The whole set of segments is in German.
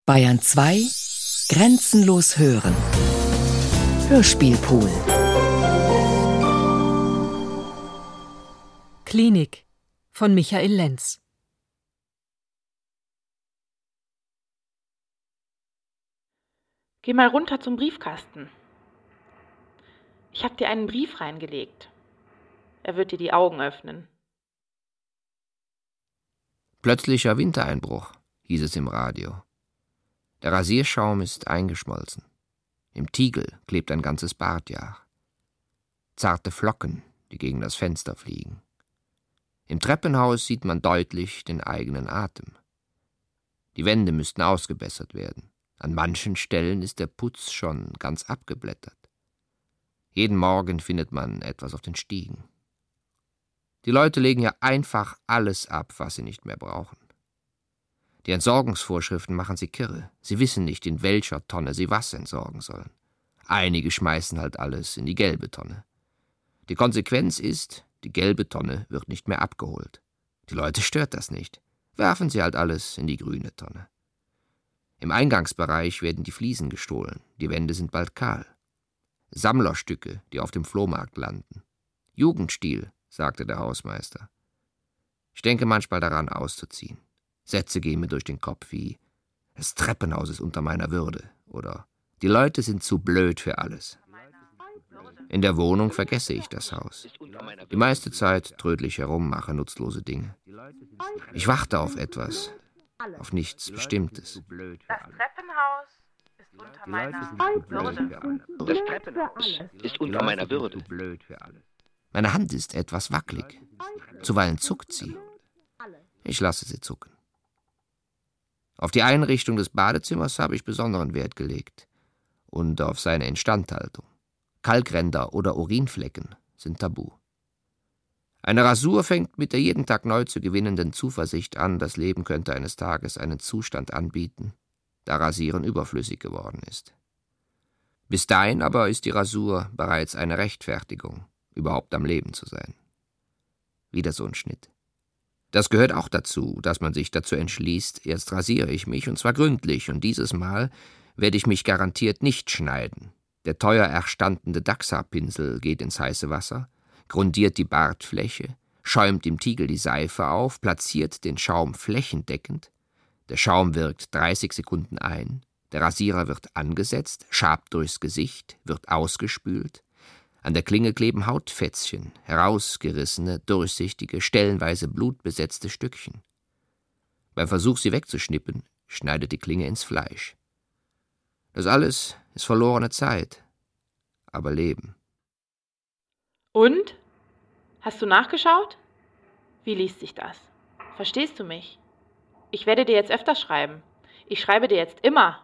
Bayern 2 Grenzenlos hören. Hörspielpool. Klinik von Michael Lenz. Geh mal runter zum Briefkasten. Ich habe dir einen Brief reingelegt. Er wird dir die Augen öffnen. Plötzlicher Wintereinbruch, hieß es im Radio. Der Rasierschaum ist eingeschmolzen. Im Tiegel klebt ein ganzes Bartjahr. Zarte Flocken, die gegen das Fenster fliegen. Im Treppenhaus sieht man deutlich den eigenen Atem. Die Wände müssten ausgebessert werden. An manchen Stellen ist der Putz schon ganz abgeblättert. Jeden Morgen findet man etwas auf den Stiegen. Die Leute legen ja einfach alles ab, was sie nicht mehr brauchen. Die Entsorgungsvorschriften machen sie kirre. Sie wissen nicht, in welcher Tonne sie was entsorgen sollen. Einige schmeißen halt alles in die gelbe Tonne. Die Konsequenz ist, die gelbe Tonne wird nicht mehr abgeholt. Die Leute stört das nicht. Werfen sie halt alles in die grüne Tonne. Im Eingangsbereich werden die Fliesen gestohlen. Die Wände sind bald kahl. Sammlerstücke, die auf dem Flohmarkt landen. Jugendstil, sagte der Hausmeister. Ich denke manchmal daran, auszuziehen. Sätze gehen mir durch den Kopf wie: Das Treppenhaus ist unter meiner Würde oder die Leute sind zu blöd für alles. In der Wohnung vergesse ich das Haus. Die meiste Zeit trödel ich herum, mache nutzlose Dinge. Ich warte auf etwas, auf nichts Bestimmtes. Das Treppenhaus ist unter meiner Würde. Das Treppenhaus ist unter meiner Würde. Meine Hand ist etwas wackelig. Zuweilen zuckt sie. Ich lasse sie zucken. Auf die Einrichtung des Badezimmers habe ich besonderen Wert gelegt. Und auf seine Instandhaltung. Kalkränder oder Urinflecken sind tabu. Eine Rasur fängt mit der jeden Tag neu zu gewinnenden Zuversicht an, das Leben könnte eines Tages einen Zustand anbieten, da Rasieren überflüssig geworden ist. Bis dahin aber ist die Rasur bereits eine Rechtfertigung, überhaupt am Leben zu sein. Wieder so ein Schnitt. Das gehört auch dazu, dass man sich dazu entschließt, jetzt rasiere ich mich, und zwar gründlich, und dieses Mal werde ich mich garantiert nicht schneiden. Der teuer erstandene Dachshaarpinsel geht ins heiße Wasser, grundiert die Bartfläche, schäumt im Tiegel die Seife auf, platziert den Schaum flächendeckend, der Schaum wirkt 30 Sekunden ein, der Rasierer wird angesetzt, schabt durchs Gesicht, wird ausgespült. An der Klinge kleben Hautfätzchen, herausgerissene, durchsichtige, stellenweise blutbesetzte Stückchen. Beim Versuch, sie wegzuschnippen, schneidet die Klinge ins Fleisch. Das alles ist verlorene Zeit, aber Leben. Und? Hast du nachgeschaut? Wie liest sich das? Verstehst du mich? Ich werde dir jetzt öfter schreiben. Ich schreibe dir jetzt immer.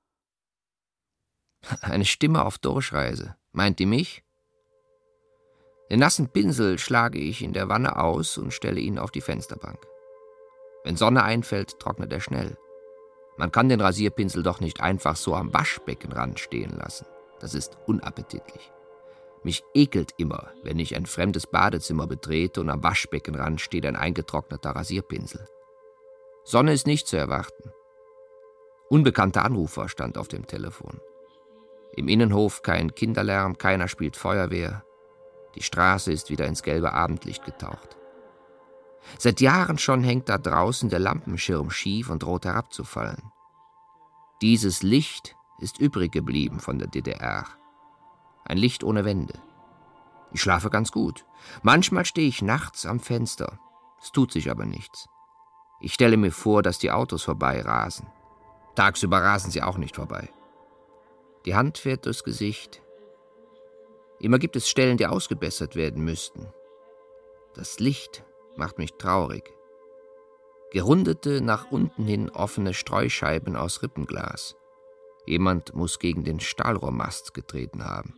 Eine Stimme auf Durchreise. Meint die mich? Den nassen Pinsel schlage ich in der Wanne aus und stelle ihn auf die Fensterbank. Wenn Sonne einfällt, trocknet er schnell. Man kann den Rasierpinsel doch nicht einfach so am Waschbeckenrand stehen lassen. Das ist unappetitlich. Mich ekelt immer, wenn ich ein fremdes Badezimmer betrete und am Waschbeckenrand steht ein eingetrockneter Rasierpinsel. Sonne ist nicht zu erwarten. Unbekannter Anrufer stand auf dem Telefon. Im Innenhof kein Kinderlärm, keiner spielt Feuerwehr. Die Straße ist wieder ins gelbe Abendlicht getaucht. Seit Jahren schon hängt da draußen der Lampenschirm schief und droht herabzufallen. Dieses Licht ist übrig geblieben von der DDR. Ein Licht ohne Wände. Ich schlafe ganz gut. Manchmal stehe ich nachts am Fenster. Es tut sich aber nichts. Ich stelle mir vor, dass die Autos vorbeirasen. Tagsüber rasen sie auch nicht vorbei. Die Hand fährt durchs Gesicht. Immer gibt es Stellen, die ausgebessert werden müssten. Das Licht macht mich traurig. Gerundete, nach unten hin offene Streuscheiben aus Rippenglas. Jemand muss gegen den Stahlrohrmast getreten haben.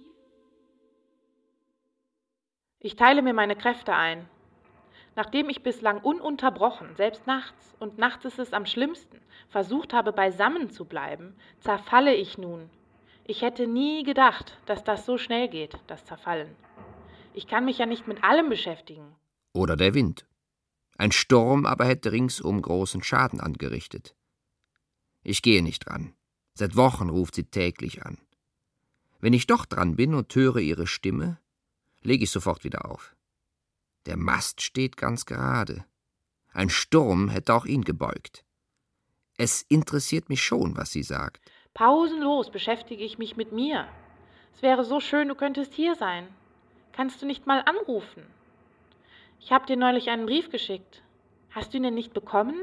Ich teile mir meine Kräfte ein. Nachdem ich bislang ununterbrochen, selbst nachts, und nachts ist es am schlimmsten, versucht habe, beisammen zu bleiben, zerfalle ich nun. Ich hätte nie gedacht, dass das so schnell geht, das Zerfallen. Ich kann mich ja nicht mit allem beschäftigen. Oder der Wind. Ein Sturm aber hätte ringsum großen Schaden angerichtet. Ich gehe nicht dran. Seit Wochen ruft sie täglich an. Wenn ich doch dran bin und höre ihre Stimme, lege ich sofort wieder auf. Der Mast steht ganz gerade. Ein Sturm hätte auch ihn gebeugt. Es interessiert mich schon, was sie sagt. Pausenlos beschäftige ich mich mit mir. Es wäre so schön, du könntest hier sein. Kannst du nicht mal anrufen? Ich habe dir neulich einen Brief geschickt. Hast du ihn denn nicht bekommen?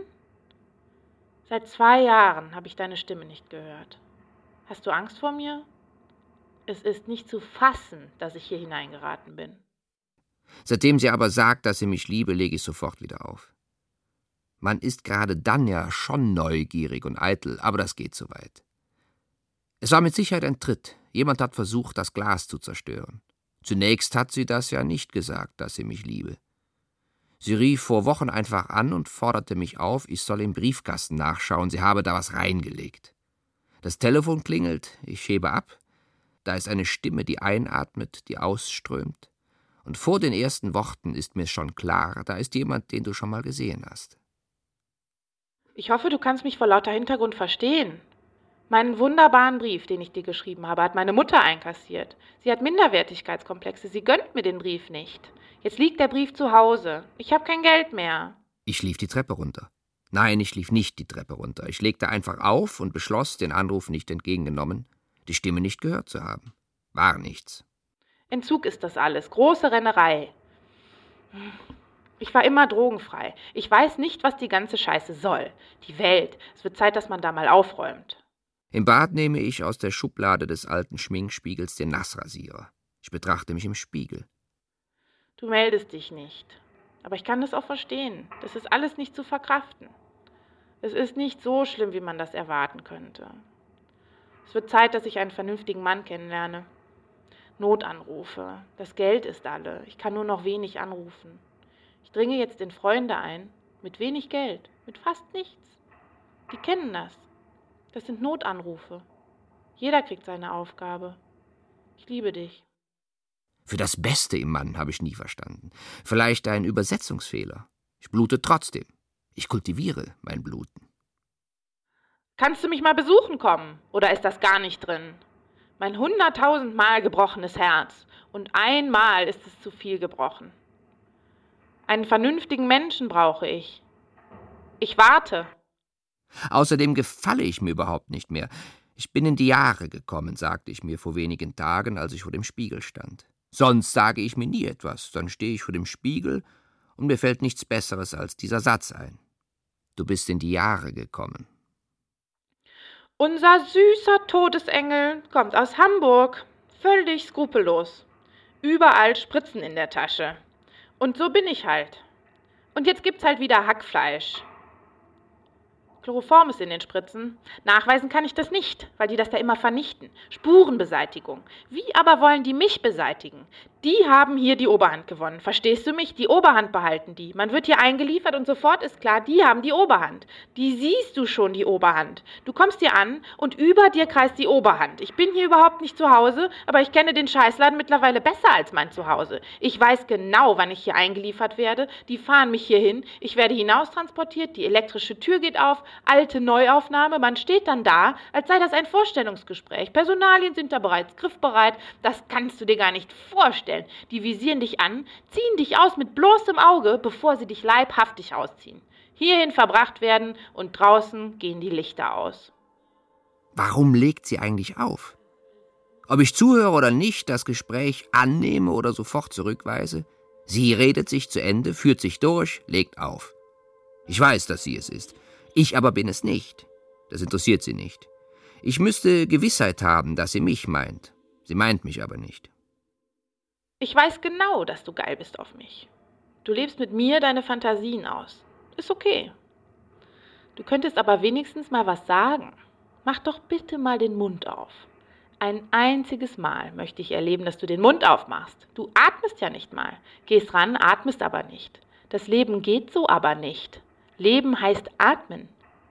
Seit 2 Jahren habe ich deine Stimme nicht gehört. Hast du Angst vor mir? Es ist nicht zu fassen, dass ich hier hineingeraten bin. Seitdem sie aber sagt, dass sie mich liebe, lege ich sofort wieder auf. Man ist gerade dann ja schon neugierig und eitel, aber das geht so weit. Es war mit Sicherheit ein Tritt. Jemand hat versucht, das Glas zu zerstören. Zunächst hat sie das ja nicht gesagt, dass sie mich liebe. Sie rief vor Wochen einfach an und forderte mich auf, ich soll im Briefkasten nachschauen, sie habe da was reingelegt. Das Telefon klingelt, ich hebe ab. Da ist eine Stimme, die einatmet, die ausströmt. Und vor den ersten Worten ist mir schon klar, da ist jemand, den du schon mal gesehen hast. Ich hoffe, du kannst mich vor lauter Hintergrund verstehen. Meinen wunderbaren Brief, den ich dir geschrieben habe, hat meine Mutter einkassiert. Sie hat Minderwertigkeitskomplexe, sie gönnt mir den Brief nicht. Jetzt liegt der Brief zu Hause. Ich habe kein Geld mehr. Ich lief die Treppe runter. Nein, ich lief nicht die Treppe runter. Ich legte einfach auf und beschloss, den Anruf nicht entgegengenommen, die Stimme nicht gehört zu haben. War nichts. Entzug ist das alles. Große Rennerei. Ich war immer drogenfrei. Ich weiß nicht, was die ganze Scheiße soll. Die Welt. Es wird Zeit, dass man da mal aufräumt. Im Bad nehme ich aus der Schublade des alten Schminkspiegels den Nassrasierer. Ich betrachte mich im Spiegel. Du meldest dich nicht. Aber ich kann das auch verstehen. Das ist alles nicht zu verkraften. Es ist nicht so schlimm, wie man das erwarten könnte. Es wird Zeit, dass ich einen vernünftigen Mann kennenlerne. Notanrufe. Das Geld ist alle. Ich kann nur noch wenig anrufen. Ich dringe jetzt in Freunde ein. Mit wenig Geld. Mit fast nichts. Die kennen das. Das sind Notanrufe. Jeder kriegt seine Aufgabe. Ich liebe dich. Für das Beste im Mann habe ich nie verstanden. Vielleicht ein Übersetzungsfehler. Ich blute trotzdem. Ich kultiviere mein Bluten. Kannst du mich mal besuchen kommen? Oder ist das gar nicht drin? Mein 100.000-mal gebrochenes Herz. Und einmal ist es zu viel gebrochen. Einen vernünftigen Menschen brauche ich. Ich warte. Außerdem gefalle ich mir überhaupt nicht mehr. Ich bin in die Jahre gekommen, sagte ich mir vor wenigen Tagen, als ich vor dem Spiegel stand. Sonst sage ich mir nie etwas. Dann stehe ich vor dem Spiegel und mir fällt nichts Besseres als dieser Satz ein. Du bist in die Jahre gekommen. Unser süßer Todesengel kommt aus Hamburg. Völlig skrupellos. Überall Spritzen in der Tasche. Und so bin ich halt. Und jetzt gibt's halt wieder Hackfleisch. Chloroform ist in den Spritzen. Nachweisen kann ich das nicht, weil die das da immer vernichten. Spurenbeseitigung. Wie aber wollen die mich beseitigen? Die haben hier die Oberhand gewonnen. Verstehst du mich? Die Oberhand behalten die. Man wird hier eingeliefert und sofort ist klar, die haben die Oberhand. Die siehst du schon, die Oberhand. Du kommst hier an und über dir kreist die Oberhand. Ich bin hier überhaupt nicht zu Hause, aber ich kenne den Scheißladen mittlerweile besser als mein Zuhause. Ich weiß genau, wann ich hier eingeliefert werde. Die fahren mich hier hin. Ich werde hinaustransportiert. Die elektrische Tür geht auf. Alte Neuaufnahme, man steht dann da, als sei das ein Vorstellungsgespräch. Personalien sind da bereits griffbereit, das kannst du dir gar nicht vorstellen. Die visieren dich an, ziehen dich aus mit bloßem Auge, bevor sie dich leibhaftig ausziehen. Hierhin verbracht werden und draußen gehen die Lichter aus. Warum legt sie eigentlich auf? Ob ich zuhöre oder nicht, das Gespräch annehme oder sofort zurückweise, sie redet sich zu Ende, führt sich durch, legt auf. Ich weiß, dass sie es ist. Ich aber bin es nicht. Das interessiert sie nicht. Ich müsste Gewissheit haben, dass sie mich meint. Sie meint mich aber nicht. Ich weiß genau, dass du geil bist auf mich. Du lebst mit mir deine Fantasien aus. Ist okay. Du könntest aber wenigstens mal was sagen. Mach doch bitte mal den Mund auf. Ein einziges Mal möchte ich erleben, dass du den Mund aufmachst. Du atmest ja nicht mal. Gehst ran, atmest aber nicht. Das Leben geht so aber nicht. Leben heißt atmen.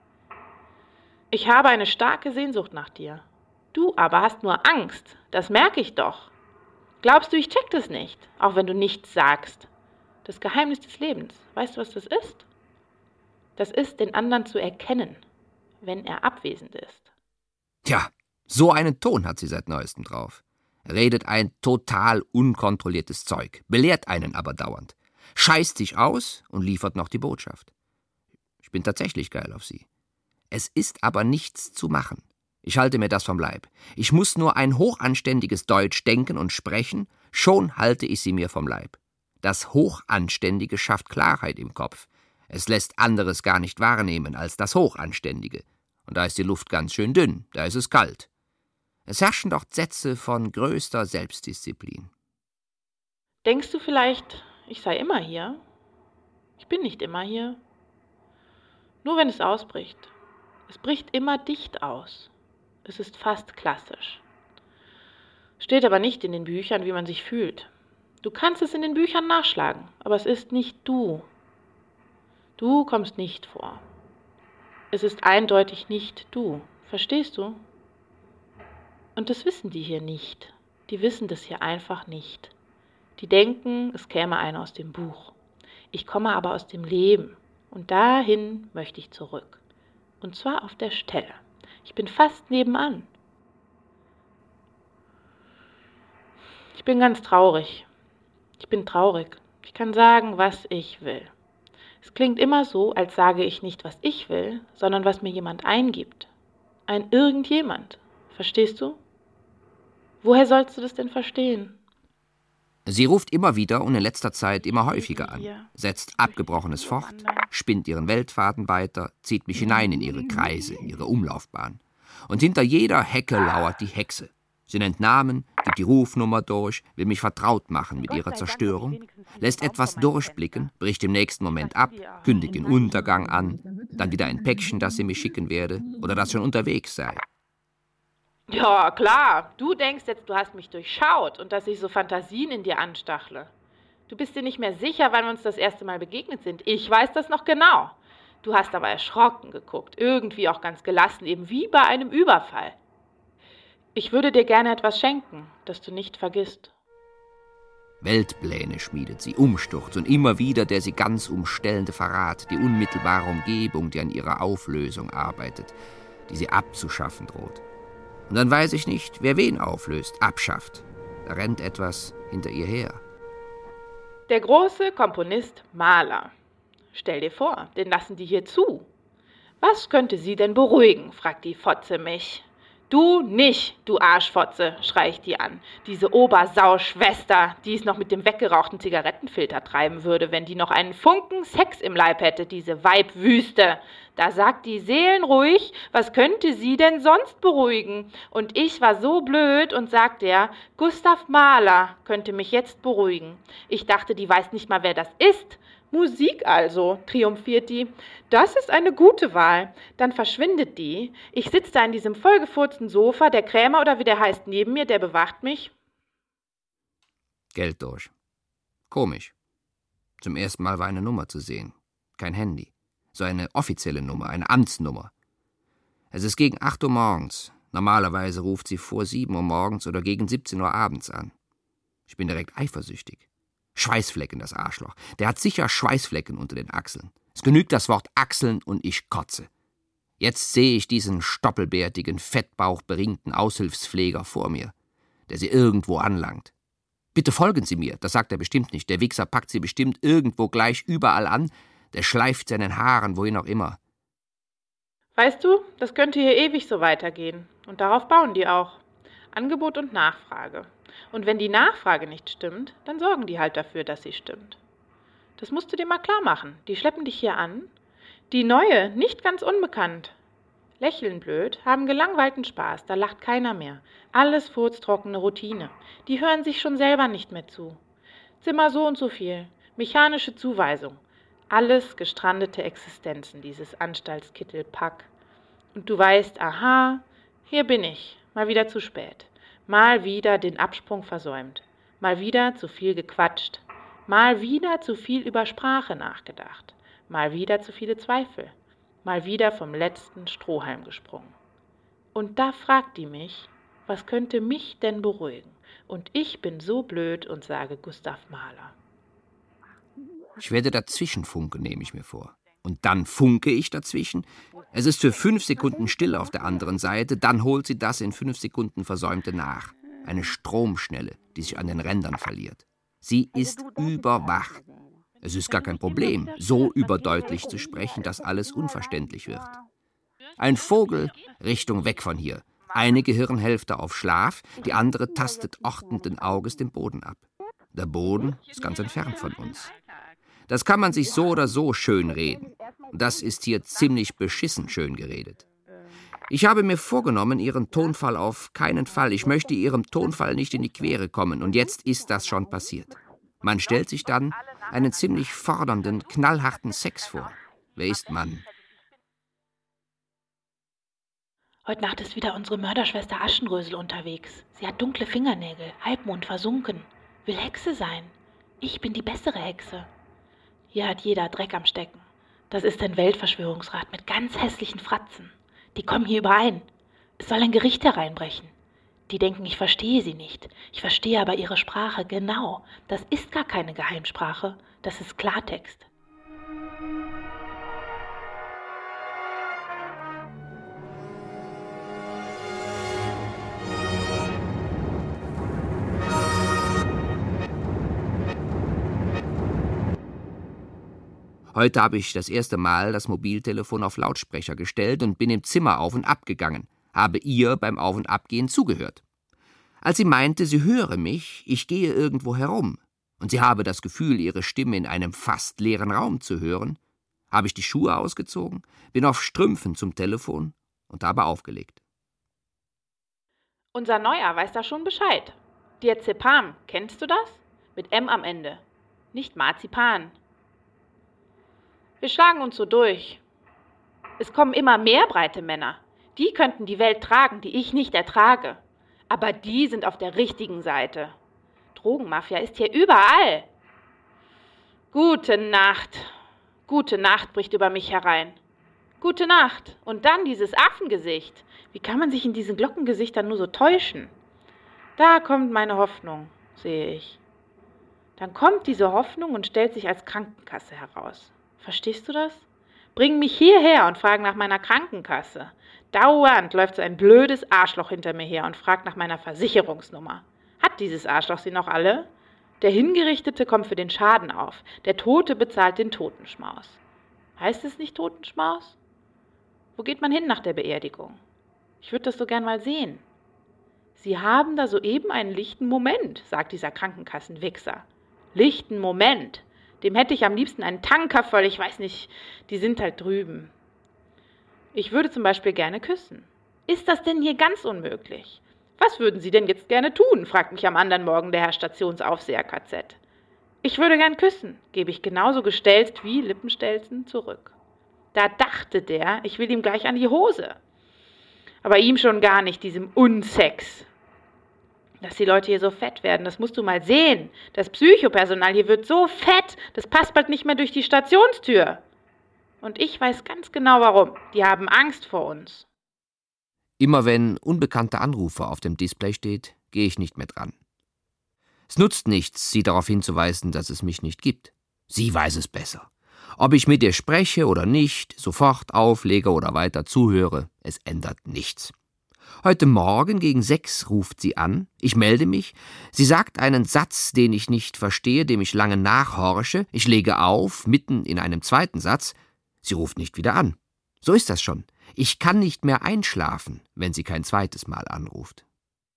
Ich habe eine starke Sehnsucht nach dir. Du aber hast nur Angst. Das merke ich doch. Glaubst du, ich check das nicht, auch wenn du nichts sagst? Das Geheimnis des Lebens. Weißt du, was das ist? Das ist, den anderen zu erkennen. wenn er abwesend ist. Tja, so einen Ton hat sie seit Neuestem drauf. Redet ein total unkontrolliertes Zeug, belehrt einen aber dauernd, scheißt sich aus und liefert noch die Botschaft. Ich bin tatsächlich geil auf sie. Es ist aber nichts zu machen. Ich halte mir das vom Leib. Ich muss nur ein hochanständiges Deutsch denken und sprechen, schon halte ich sie mir vom Leib. Das Hochanständige schafft Klarheit im Kopf. Es lässt anderes gar nicht wahrnehmen als das Hochanständige. Und da ist die Luft ganz schön dünn, da ist es kalt. Es herrschen dort Sätze von größter Selbstdisziplin. Denkst du vielleicht, ich sei immer hier? Ich bin nicht immer hier. Nur wenn es ausbricht. Es bricht immer dicht aus. Es ist fast klassisch. Steht aber nicht in den Büchern, wie man sich fühlt. Du kannst es in den Büchern nachschlagen, aber es ist nicht du. Du kommst nicht vor. Es ist eindeutig nicht du. Verstehst du? Und das wissen die hier nicht. Die wissen das hier einfach nicht. Die denken, es käme einer aus dem Buch. Ich komme aber aus dem Leben. Und dahin möchte ich zurück. Und zwar auf der Stelle. Ich bin fast nebenan. Ich bin ganz traurig. Ich bin traurig. Ich kann sagen, was ich will. Es klingt immer so, als sage ich nicht, was ich will, sondern was mir jemand eingibt. Ein irgendjemand. Verstehst du? Woher sollst du das denn verstehen? Sie ruft immer wieder und in letzter Zeit immer häufiger an, setzt Abgebrochenes fort, spinnt ihren Weltfaden weiter, zieht mich hinein in ihre Kreise, ihre Umlaufbahn. Und hinter jeder Hecke lauert die Hexe. Sie nennt Namen, gibt die Rufnummer durch, will mich vertraut machen mit ihrer Zerstörung, lässt etwas durchblicken, bricht im nächsten Moment ab, kündigt den Untergang an, dann wieder ein Päckchen, das sie mir schicken werde oder das schon unterwegs sei. Ja, klar. Du denkst jetzt, du hast mich durchschaut und dass ich so Fantasien in dir anstachle. Du bist dir nicht mehr sicher, wann wir uns das erste Mal begegnet sind. Ich weiß das noch genau. Du hast aber erschrocken geguckt, irgendwie auch ganz gelassen, eben wie bei einem Überfall. Ich würde dir gerne etwas schenken, das du nicht vergisst. Weltpläne schmiedet sie, Umsturz und immer wieder der sie ganz umstellende Verrat, die unmittelbare Umgebung, die an ihrer Auflösung arbeitet, die sie abzuschaffen droht. Und dann weiß ich nicht, wer wen auflöst, abschafft. Da rennt etwas hinter ihr her. Der große Komponist Mahler. Stell dir vor, den lassen die hier zu. Was könnte sie denn beruhigen, fragt die Fotze mich. Du nicht, du Arschfotze, schrei ich die an. Diese Obersau-Schwester, die es noch mit dem weggerauchten Zigarettenfilter treiben würde, wenn die noch einen Funken Sex im Leib hätte, diese Weibwüste. Da sagt die seelenruhig, was könnte sie denn sonst beruhigen? Und ich war so blöd und sagte ja, Gustav Mahler könnte mich jetzt beruhigen. Ich dachte, die weiß nicht mal, wer das ist. Musik also, triumphiert die. Das ist eine gute Wahl. Dann verschwindet die. Ich sitze da in diesem vollgefurzten Sofa, der Krämer oder wie der heißt neben mir, der bewacht mich. Geld durch. Komisch. Zum ersten Mal war eine Nummer zu sehen. Kein Handy. So eine offizielle Nummer, eine Amtsnummer. Es ist gegen 8 Uhr morgens. Normalerweise ruft sie vor 7 Uhr morgens oder gegen 17 Uhr abends an. Ich bin direkt eifersüchtig. Schweißflecken, das Arschloch. Der hat sicher Schweißflecken unter den Achseln. Es genügt das Wort Achseln und ich kotze. Jetzt sehe ich diesen stoppelbärtigen, fettbauchberingten Aushilfspfleger vor mir, der sie irgendwo anlangt. Bitte folgen Sie mir, das sagt er bestimmt nicht. Der Wichser packt sie bestimmt irgendwo gleich überall an, der schleift seinen Haaren, wohin auch immer. Weißt du, das könnte hier ewig so weitergehen. Und darauf bauen die auch. Angebot und Nachfrage. Und wenn die Nachfrage nicht stimmt, dann sorgen die halt dafür, dass sie stimmt. Das musst du dir mal klar machen. Die schleppen dich hier an. Die Neue, nicht ganz unbekannt. Lächeln blöd, haben gelangweilten Spaß, da lacht keiner mehr. Alles furztrockene Routine. Die hören sich schon selber nicht mehr zu. Zimmer so und so viel. Mechanische Zuweisung. Alles gestrandete Existenzen, dieses Anstaltskittelpack. Und du weißt, aha, hier bin ich, mal wieder zu spät. Mal wieder den Absprung versäumt, mal wieder zu viel gequatscht, mal wieder zu viel über Sprache nachgedacht, mal wieder zu viele Zweifel, mal wieder vom letzten Strohhalm gesprungen. Und da fragt die mich, was könnte mich denn beruhigen? Und ich bin so blöd und sage Gustav Mahler. Ich werde dazwischen funken, nehme ich mir vor. Und dann funke ich dazwischen. Es ist für 5 Sekunden still auf der anderen Seite, dann holt sie das in 5 Sekunden Versäumte nach. Eine Stromschnelle, die sich an den Rändern verliert. Sie ist überwach. Es ist gar kein Problem, so überdeutlich zu sprechen, dass alles unverständlich wird. Ein Vogel, Richtung weg von hier. Eine Gehirnhälfte auf Schlaf, die andere tastet ordnenden Auges den Boden ab. Der Boden ist ganz entfernt von uns. Das kann man sich so oder so schön reden. Das ist hier ziemlich beschissen schön geredet. Ich habe mir vorgenommen, Ihren Tonfall auf keinen Fall. Ich möchte Ihrem Tonfall nicht in die Quere kommen. Und jetzt ist das schon passiert. Man stellt sich dann einen ziemlich fordernden, knallharten Sex vor. Wer ist Mann? Heute Nacht ist wieder unsere Mörderschwester Aschenrösel unterwegs. Sie hat dunkle Fingernägel, Halbmond versunken. Will Hexe sein. Ich bin die bessere Hexe. Hier hat jeder Dreck am Stecken. Das ist ein Weltverschwörungsrat mit ganz hässlichen Fratzen. Die kommen hier überein. Es soll ein Gericht hereinbrechen. Die denken, ich verstehe sie nicht. Ich verstehe aber ihre Sprache genau. Das ist gar keine Geheimsprache. Das ist Klartext. Heute habe ich das erste Mal das Mobiltelefon auf Lautsprecher gestellt und bin im Zimmer auf und ab gegangen, habe ihr beim Auf- und Abgehen zugehört. Als sie meinte, sie höre mich, ich gehe irgendwo herum, und sie habe das Gefühl, ihre Stimme in einem fast leeren Raum zu hören, habe ich die Schuhe ausgezogen, bin auf Strümpfen zum Telefon und habe aufgelegt. Unser Neuer weiß da schon Bescheid. Diazepam, kennst du das? Mit M am Ende. Nicht Marzipan. Wir schlagen uns so durch. Es kommen immer mehr breite Männer. Die könnten die Welt tragen, die ich nicht ertrage. Aber die sind auf der richtigen Seite. Drogenmafia ist hier überall. Gute Nacht. Gute Nacht bricht über mich herein. Gute Nacht. Und dann dieses Affengesicht. Wie kann man sich in diesen Glockengesichtern nur so täuschen? Da kommt meine Hoffnung, sehe ich. Dann kommt diese Hoffnung und stellt sich als Krankenkasse heraus. Verstehst du das? Bring mich hierher und frag nach meiner Krankenkasse. Dauernd läuft so ein blödes Arschloch hinter mir her und fragt nach meiner Versicherungsnummer. Hat dieses Arschloch sie noch alle? Der Hingerichtete kommt für den Schaden auf. Der Tote bezahlt den Totenschmaus. Heißt es nicht Totenschmaus? Wo geht man hin nach der Beerdigung? Ich würde das so gern mal sehen. Sie haben da soeben einen lichten Moment, sagt dieser Krankenkassenwichser. Lichten Moment. Dem hätte ich am liebsten einen Tanker voll, ich weiß nicht, die sind halt drüben. Ich würde zum Beispiel gerne küssen. Ist das denn hier ganz unmöglich? Was würden Sie denn jetzt gerne tun, fragt mich am anderen Morgen der Herr Stationsaufseher KZ. Ich würde gern küssen, gebe ich genauso gestelzt wie Lippenstelzen zurück. Da dachte der, ich will ihm gleich an die Hose. Aber ihm schon gar nicht, diesem Unsex. Dass die Leute hier so fett werden, das musst du mal sehen. Das Psychopersonal hier wird so fett, das passt bald nicht mehr durch die Stationstür. Und ich weiß ganz genau warum. Die haben Angst vor uns. Immer wenn unbekannter Anrufer auf dem Display steht, gehe ich nicht mehr dran. Es nutzt nichts, sie darauf hinzuweisen, dass es mich nicht gibt. Sie weiß es besser. Ob ich mit ihr spreche oder nicht, sofort auflege oder weiter zuhöre, es ändert nichts. Heute Morgen gegen 6 ruft sie an, ich melde mich, sie sagt einen Satz, den ich nicht verstehe, dem ich lange nachhorche, ich lege auf, mitten in einem zweiten Satz, sie ruft nicht wieder an. So ist das schon. Ich kann nicht mehr einschlafen, wenn sie kein zweites Mal anruft.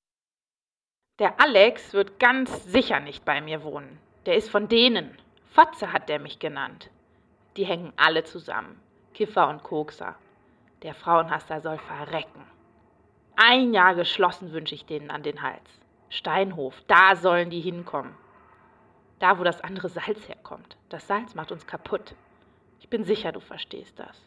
Der Alex wird ganz sicher nicht bei mir wohnen. Der ist von denen. Fotze hat der mich genannt. Die hängen alle zusammen. Kiffer und Kokser. Der Frauenhasser soll verrecken. 1 Jahr geschlossen wünsche ich denen an den Hals. Steinhof, da sollen die hinkommen. Da, wo das andere Salz herkommt. Das Salz macht uns kaputt. Ich bin sicher, du verstehst das.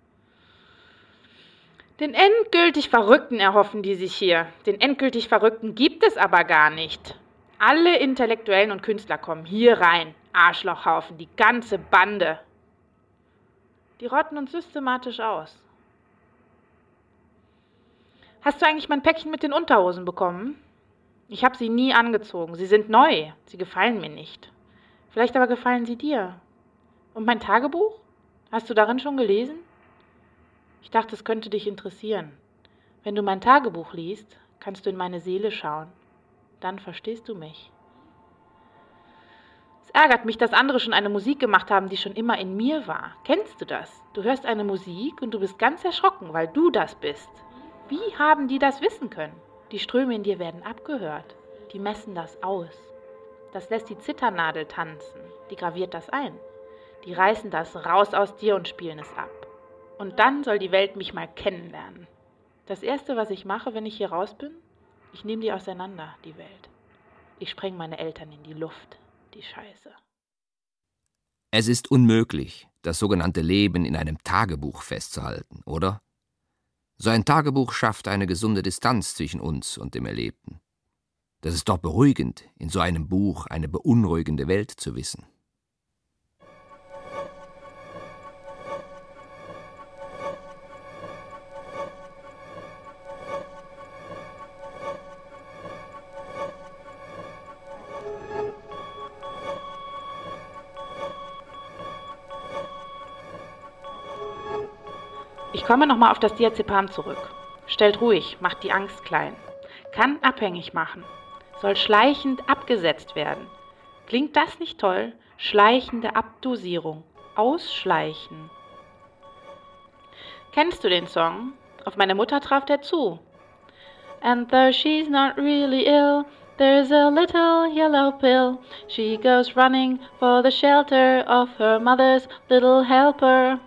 Den endgültig Verrückten erhoffen die sich hier. Den endgültig Verrückten gibt es aber gar nicht. Alle Intellektuellen und Künstler kommen hier rein. Arschlochhaufen, die ganze Bande. Die rotten uns systematisch aus. Hast du eigentlich mein Päckchen mit den Unterhosen bekommen? Ich habe sie nie angezogen. Sie sind neu. Sie gefallen mir nicht. Vielleicht aber gefallen sie dir. Und mein Tagebuch? Hast du darin schon gelesen? Ich dachte, es könnte dich interessieren. Wenn du mein Tagebuch liest, kannst du in meine Seele schauen. Dann verstehst du mich. Es ärgert mich, dass andere schon eine Musik gemacht haben, die schon immer in mir war. Kennst du das? Du hörst eine Musik und du bist ganz erschrocken, weil du das bist. Wie haben die das wissen können? Die Ströme in dir werden abgehört. Die messen das aus. Das lässt die Zitternadel tanzen. Die graviert das ein. Die reißen das raus aus dir und spielen es ab. Und dann soll die Welt mich mal kennenlernen. Das Erste, was ich mache, wenn ich hier raus bin, ich nehme die auseinander, die Welt. Ich spreng meine Eltern in die Luft, die Scheiße. Es ist unmöglich, das sogenannte Leben in einem Tagebuch festzuhalten, oder? So ein Tagebuch schafft eine gesunde Distanz zwischen uns und dem Erlebten. Das ist doch beruhigend, in so einem Buch eine beunruhigende Welt zu wissen. Ich komme nochmal auf das Diazepam zurück. Stellt ruhig, macht die Angst klein. Kann abhängig machen. Soll schleichend abgesetzt werden. Klingt das nicht toll? Schleichende Abdosierung. Ausschleichen. Kennst du den Song? Auf meine Mutter traf der zu. And though she's not really ill, there's a little yellow pill. She goes running for the shelter of her mother's little helper.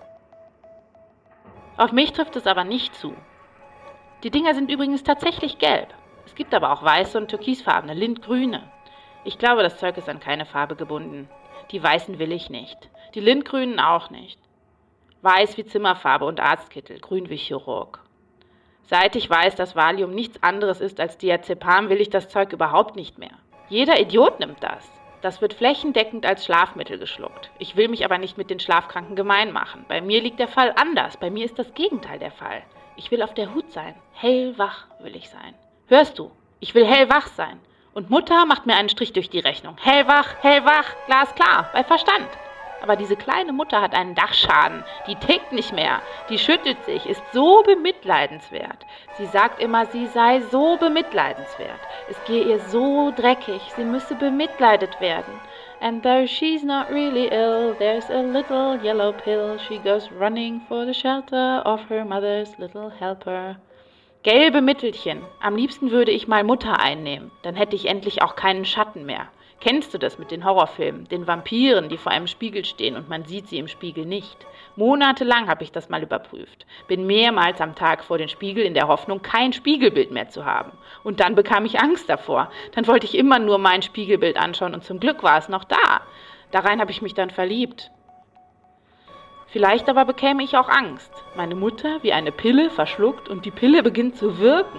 Auf mich trifft es aber nicht zu. Die Dinger sind übrigens tatsächlich gelb. Es gibt aber auch weiße und türkisfarbene, lindgrüne. Ich glaube, das Zeug ist an keine Farbe gebunden. Die weißen will ich nicht. Die lindgrünen auch nicht. Weiß wie Zimmerfarbe und Arztkittel, grün wie Chirurg. Seit ich weiß, dass Valium nichts anderes ist als Diazepam, will ich das Zeug überhaupt nicht mehr. Jeder Idiot nimmt das. Das wird flächendeckend als Schlafmittel geschluckt. Ich will mich aber nicht mit den Schlafkranken gemein machen. Bei mir liegt der Fall anders. Bei mir ist das Gegenteil der Fall. Ich will auf der Hut sein. Hellwach will ich sein. Hörst du? Ich will hellwach sein. Und Mutter macht mir einen Strich durch die Rechnung. Hellwach, glasklar, bei Verstand. Aber diese kleine Mutter hat einen Dachschaden. Die tickt nicht mehr. Die schüttelt sich, ist so bemitleidenswert. Sie sagt immer, sie sei so bemitleidenswert. Es gehe ihr so dreckig, sie müsse bemitleidet werden. And though she's not really ill, there's a little yellow pill. She goes running for the shelter of her mother's little helper. Gelbe Mittelchen. Am liebsten würde ich mal Mutter einnehmen. Dann hätte ich endlich auch keinen Schatten mehr. Kennst du das mit den Horrorfilmen, den Vampiren, die vor einem Spiegel stehen und man sieht sie im Spiegel nicht? Monatelang habe ich das mal überprüft. Bin mehrmals am Tag vor den Spiegel in der Hoffnung, kein Spiegelbild mehr zu haben. Und dann bekam ich Angst davor. Dann wollte ich immer nur mein Spiegelbild anschauen und zum Glück war es noch da. Darein habe ich mich dann verliebt. Vielleicht aber bekäme ich auch Angst. Meine Mutter wie eine Pille verschluckt und die Pille beginnt zu wirken.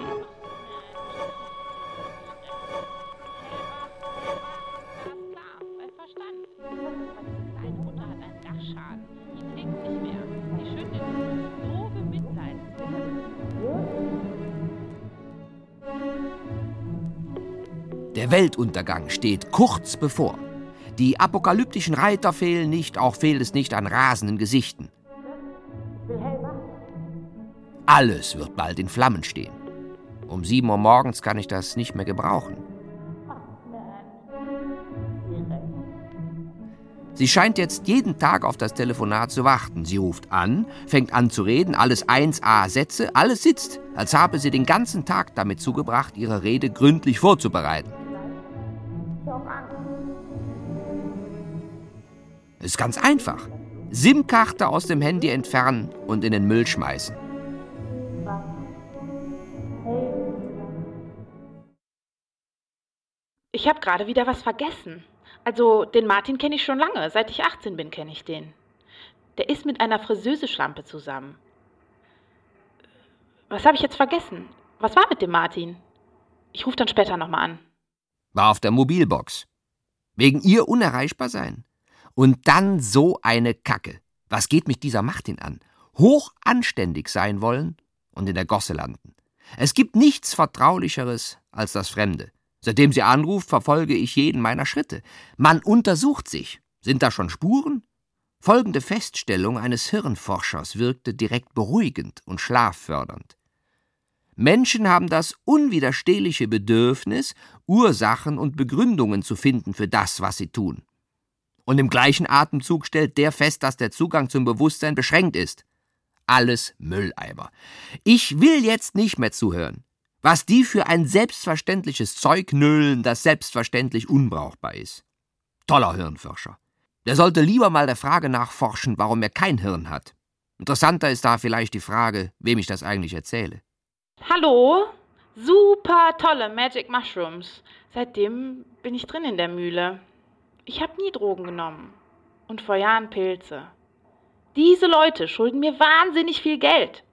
Der Weltuntergang steht kurz bevor. Die apokalyptischen Reiter fehlen nicht, auch fehlt es nicht an rasenden Gesichten. Alles wird bald in Flammen stehen. Um 7 Uhr morgens kann ich das nicht mehr gebrauchen. Sie scheint jetzt jeden Tag auf das Telefonat zu warten. Sie ruft an, fängt an zu reden, alles 1A-Sätze, alles sitzt, als habe sie den ganzen Tag damit zugebracht, ihre Rede gründlich vorzubereiten. Es ist ganz einfach. SIM-Karte aus dem Handy entfernen und in den Müll schmeißen. Ich habe gerade wieder was vergessen. Also, den Martin kenne ich schon lange. Seit ich 18 bin, kenne ich den. Der ist mit einer Friseuseschlampe zusammen. Was habe ich jetzt vergessen? Was war mit dem Martin? Ich rufe dann später nochmal an. War auf der Mobilbox. Wegen ihr unerreichbar sein. Und dann so eine Kacke. Was geht mich dieser Martin an? Hoch anständig sein wollen und in der Gosse landen. Es gibt nichts Vertraulicheres als das Fremde. Seitdem sie anruft, verfolge ich jeden meiner Schritte. Man untersucht sich. Sind da schon Spuren? Folgende Feststellung eines Hirnforschers wirkte direkt beruhigend und schlaffördernd. Menschen haben das unwiderstehliche Bedürfnis, Ursachen und Begründungen zu finden für das, was sie tun. Und im gleichen Atemzug stellt der fest, dass der Zugang zum Bewusstsein beschränkt ist. Alles Mülleimer. Ich will jetzt nicht mehr zuhören. Was die für ein selbstverständliches Zeug nölen, das selbstverständlich unbrauchbar ist. Toller Hirnforscher. Der sollte lieber mal der Frage nachforschen, warum er kein Hirn hat. Interessanter ist da vielleicht die Frage, wem ich das eigentlich erzähle. Hallo? Super tolle Magic Mushrooms. Seitdem bin ich drin in der Mühle. Ich habe nie Drogen genommen. Und vor Jahren Pilze. Diese Leute schulden mir wahnsinnig viel Geld.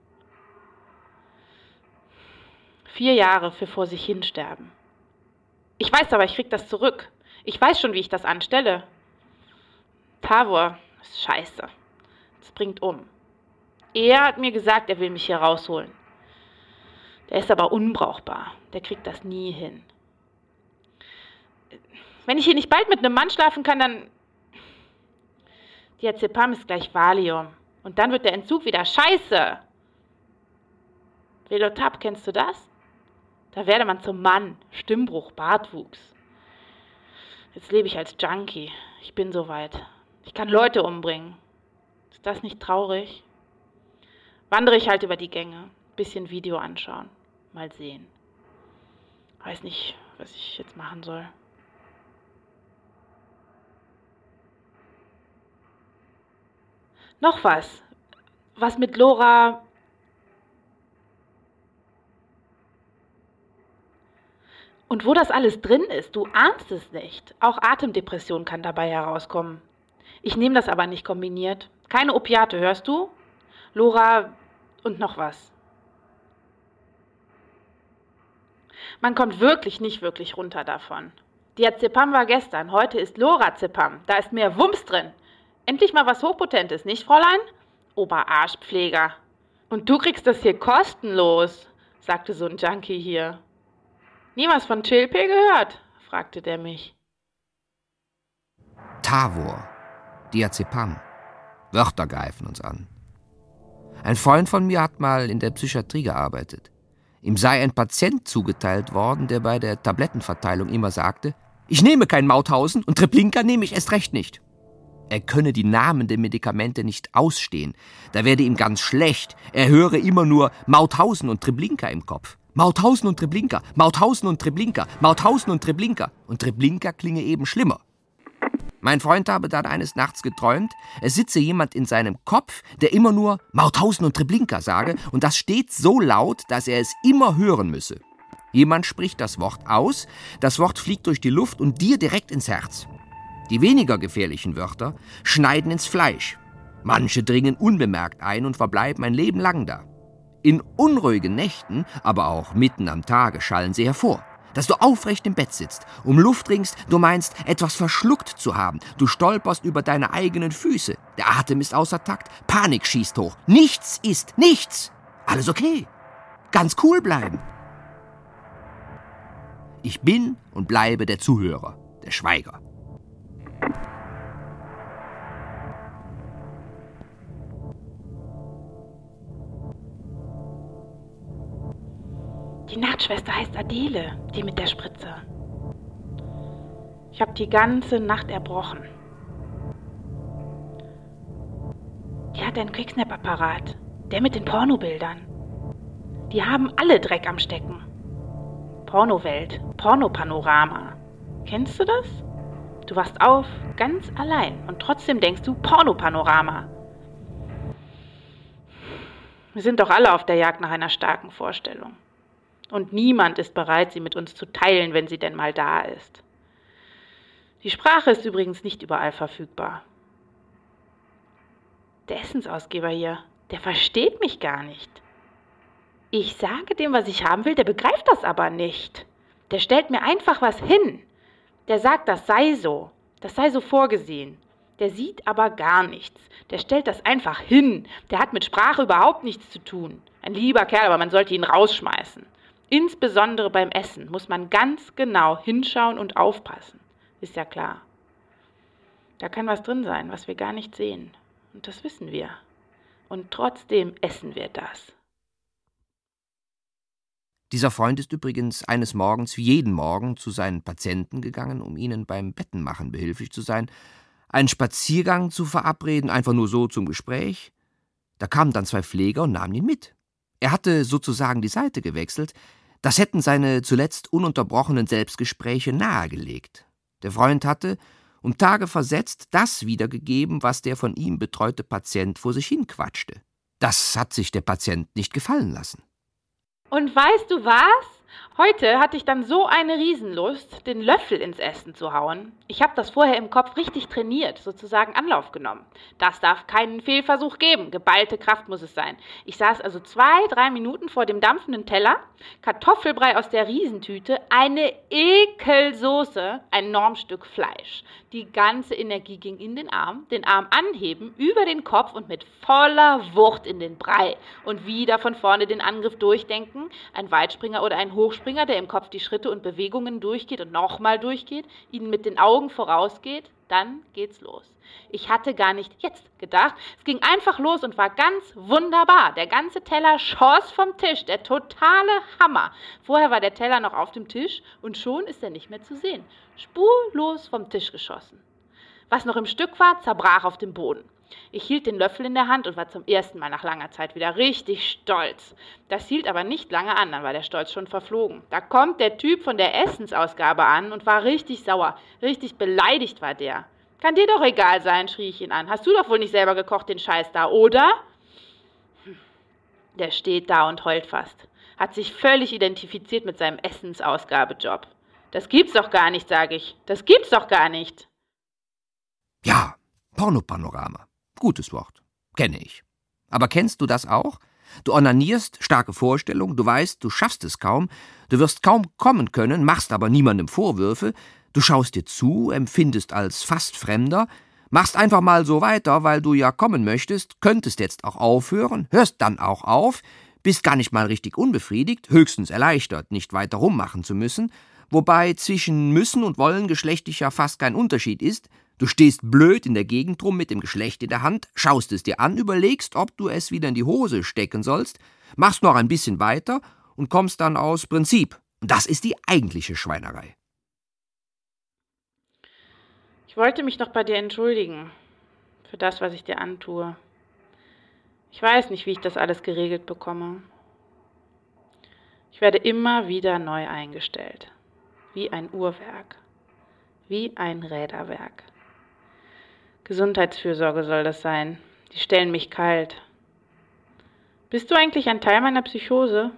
4 Jahre für vor sich hinsterben. Ich weiß aber, ich krieg das zurück. Ich weiß schon, wie ich das anstelle. Tavor ist scheiße. Das bringt um. Er hat mir gesagt, er will mich hier rausholen. Der ist aber unbrauchbar. Der kriegt das nie hin. Wenn ich hier nicht bald mit einem Mann schlafen kann, dann... Diazepam ist gleich Valium. Und dann wird der Entzug wieder scheiße. Velotab, kennst du das? Da werde man zum Mann. Stimmbruch, Bartwuchs. Jetzt lebe ich als Junkie. Ich bin soweit. Ich kann Leute umbringen. Ist das nicht traurig? Wandere ich halt über die Gänge. Bisschen Video anschauen. Mal sehen. Weiß nicht, was ich jetzt machen soll. Noch was. Was mit Lora... Und wo das alles drin ist, du ahnst es nicht. Auch Atemdepression kann dabei herauskommen. Ich nehme das aber nicht kombiniert. Keine Opiate, hörst du? Lora und noch was. Man kommt wirklich nicht wirklich runter davon. Diazepam war gestern, heute ist Lorazepam. Da ist mehr Wumms drin. Endlich mal was Hochpotentes, nicht, Fräulein? Oberarschpfleger. Und du kriegst das hier kostenlos, sagte so ein Junkie hier. Nie was von Chilpil gehört? Fragte der mich. Tavor, Diazepam. Wörter greifen uns an. Ein Freund von mir hat mal in der Psychiatrie gearbeitet. Ihm sei ein Patient zugeteilt worden, der bei der Tablettenverteilung immer sagte, ich nehme kein Mauthausen und Treblinka nehme ich erst recht nicht. Er könne die Namen der Medikamente nicht ausstehen. Da werde ihm ganz schlecht. Er höre immer nur Mauthausen und Treblinka im Kopf. Mauthausen und Treblinka, Mauthausen und Treblinka, Mauthausen und Treblinka. Und Treblinka klinge eben schlimmer. Mein Freund habe dann eines Nachts geträumt, es sitze jemand in seinem Kopf, der immer nur Mauthausen und Treblinka sage, und das steht so laut, dass er es immer hören müsse. Jemand spricht das Wort aus, das Wort fliegt durch die Luft und dir direkt ins Herz. Die weniger gefährlichen Wörter schneiden ins Fleisch. Manche dringen unbemerkt ein und verbleiben ein Leben lang da. In unruhigen Nächten, aber auch mitten am Tage schallen sie hervor. Dass du aufrecht im Bett sitzt, um Luft ringst, du meinst, etwas verschluckt zu haben. Du stolperst über deine eigenen Füße. Der Atem ist außer Takt, Panik schießt hoch. Nichts ist nichts. Alles okay. Ganz cool bleiben. Ich bin und bleibe der Zuhörer, der Schweiger. Die Nachtschwester heißt Adele, die mit der Spritze. Ich habe die ganze Nacht erbrochen. Die hat einen Quicksnap-Apparat, der mit den Pornobildern. Die haben alle Dreck am Stecken. Pornowelt, Pornopanorama. Kennst du das? Du wachst auf, ganz allein, und trotzdem denkst du Pornopanorama. Wir sind doch alle auf der Jagd nach einer starken Vorstellung. Und niemand ist bereit, sie mit uns zu teilen, wenn sie denn mal da ist. Die Sprache ist übrigens nicht überall verfügbar. Der Essensausgeber hier, der versteht mich gar nicht. Ich sage dem, was ich haben will, der begreift das aber nicht. Der stellt mir einfach was hin. Der sagt, das sei so vorgesehen. Der sieht aber gar nichts. Der stellt das einfach hin. Der hat mit Sprache überhaupt nichts zu tun. Ein lieber Kerl, aber man sollte ihn rausschmeißen. Insbesondere beim Essen muss man ganz genau hinschauen und aufpassen. Ist ja klar. Da kann was drin sein, was wir gar nicht sehen. Und das wissen wir. Und trotzdem essen wir das. Dieser Freund ist übrigens eines Morgens wie jeden Morgen zu seinen Patienten gegangen, um ihnen beim Bettenmachen behilflich zu sein, einen Spaziergang zu verabreden, einfach nur so zum Gespräch. Da kamen dann 2 Pfleger und nahmen ihn mit. Er hatte sozusagen die Seite gewechselt. Das hätten seine zuletzt ununterbrochenen Selbstgespräche nahegelegt. Der Freund hatte, um Tage versetzt, das wiedergegeben, was der von ihm betreute Patient vor sich hinquatschte. Das hat sich der Patient nicht gefallen lassen. Und weißt du was? Heute hatte ich dann so eine Riesenlust, den Löffel ins Essen zu hauen. Ich habe das vorher im Kopf richtig trainiert, sozusagen Anlauf genommen. Das darf keinen Fehlversuch geben, geballte Kraft muss es sein. Ich saß also 2-3 Minuten vor dem dampfenden Teller, Kartoffelbrei aus der Riesentüte, eine Ekelsoße, ein enormes Stück Fleisch. Die ganze Energie ging in den Arm anheben, über den Kopf und mit voller Wucht in den Brei. Und wieder von vorne den Angriff durchdenken, ein Weitspringer oder ein Hochspringer, der im Kopf die Schritte und Bewegungen durchgeht und nochmal durchgeht, ihnen mit den Augen vorausgeht, dann geht's los. Ich hatte gar nicht jetzt gedacht, es ging einfach los und war ganz wunderbar. Der ganze Teller schoss vom Tisch, der totale Hammer. Vorher war der Teller noch auf dem Tisch und schon ist er nicht mehr zu sehen. Spurlos vom Tisch geschossen. Was noch im Stück war, zerbrach auf dem Boden. Ich hielt den Löffel in der Hand und war zum ersten Mal nach langer Zeit wieder richtig stolz. Das hielt aber nicht lange an, dann war der Stolz schon verflogen. Da kommt der Typ von der Essensausgabe an und war richtig sauer, richtig beleidigt war der. Kann dir doch egal sein, schrie ich ihn an. Hast du doch wohl nicht selber gekocht, den Scheiß da, oder? Der steht da und heult fast. Hat sich völlig identifiziert mit seinem Essensausgabejob. Das gibt's doch gar nicht, sage ich. Das gibt's doch gar nicht. Ja, Pornopanorama. Gutes Wort. Kenne ich. Aber kennst du das auch? Du onanierst, starke Vorstellung, du weißt, du schaffst es kaum, du wirst kaum kommen können, machst aber niemandem Vorwürfe, du schaust dir zu, empfindest als fast Fremder, machst einfach mal so weiter, weil du ja kommen möchtest, könntest jetzt auch aufhören, hörst dann auch auf, bist gar nicht mal richtig unbefriedigt, höchstens erleichtert, nicht weiter rummachen zu müssen, wobei zwischen müssen und wollen geschlechtlich ja fast kein Unterschied ist. Du stehst blöd in der Gegend rum mit dem Geschlecht in der Hand, schaust es dir an, überlegst, ob du es wieder in die Hose stecken sollst, machst noch ein bisschen weiter und kommst dann aus Prinzip. Und das ist die eigentliche Schweinerei. Ich wollte mich noch bei dir entschuldigen für das, was ich dir antue. Ich weiß nicht, wie ich das alles geregelt bekomme. Ich werde immer wieder neu eingestellt. Wie ein Uhrwerk. Wie ein Räderwerk. Gesundheitsfürsorge soll das sein. Die stellen mich kalt. Bist du eigentlich ein Teil meiner Psychose?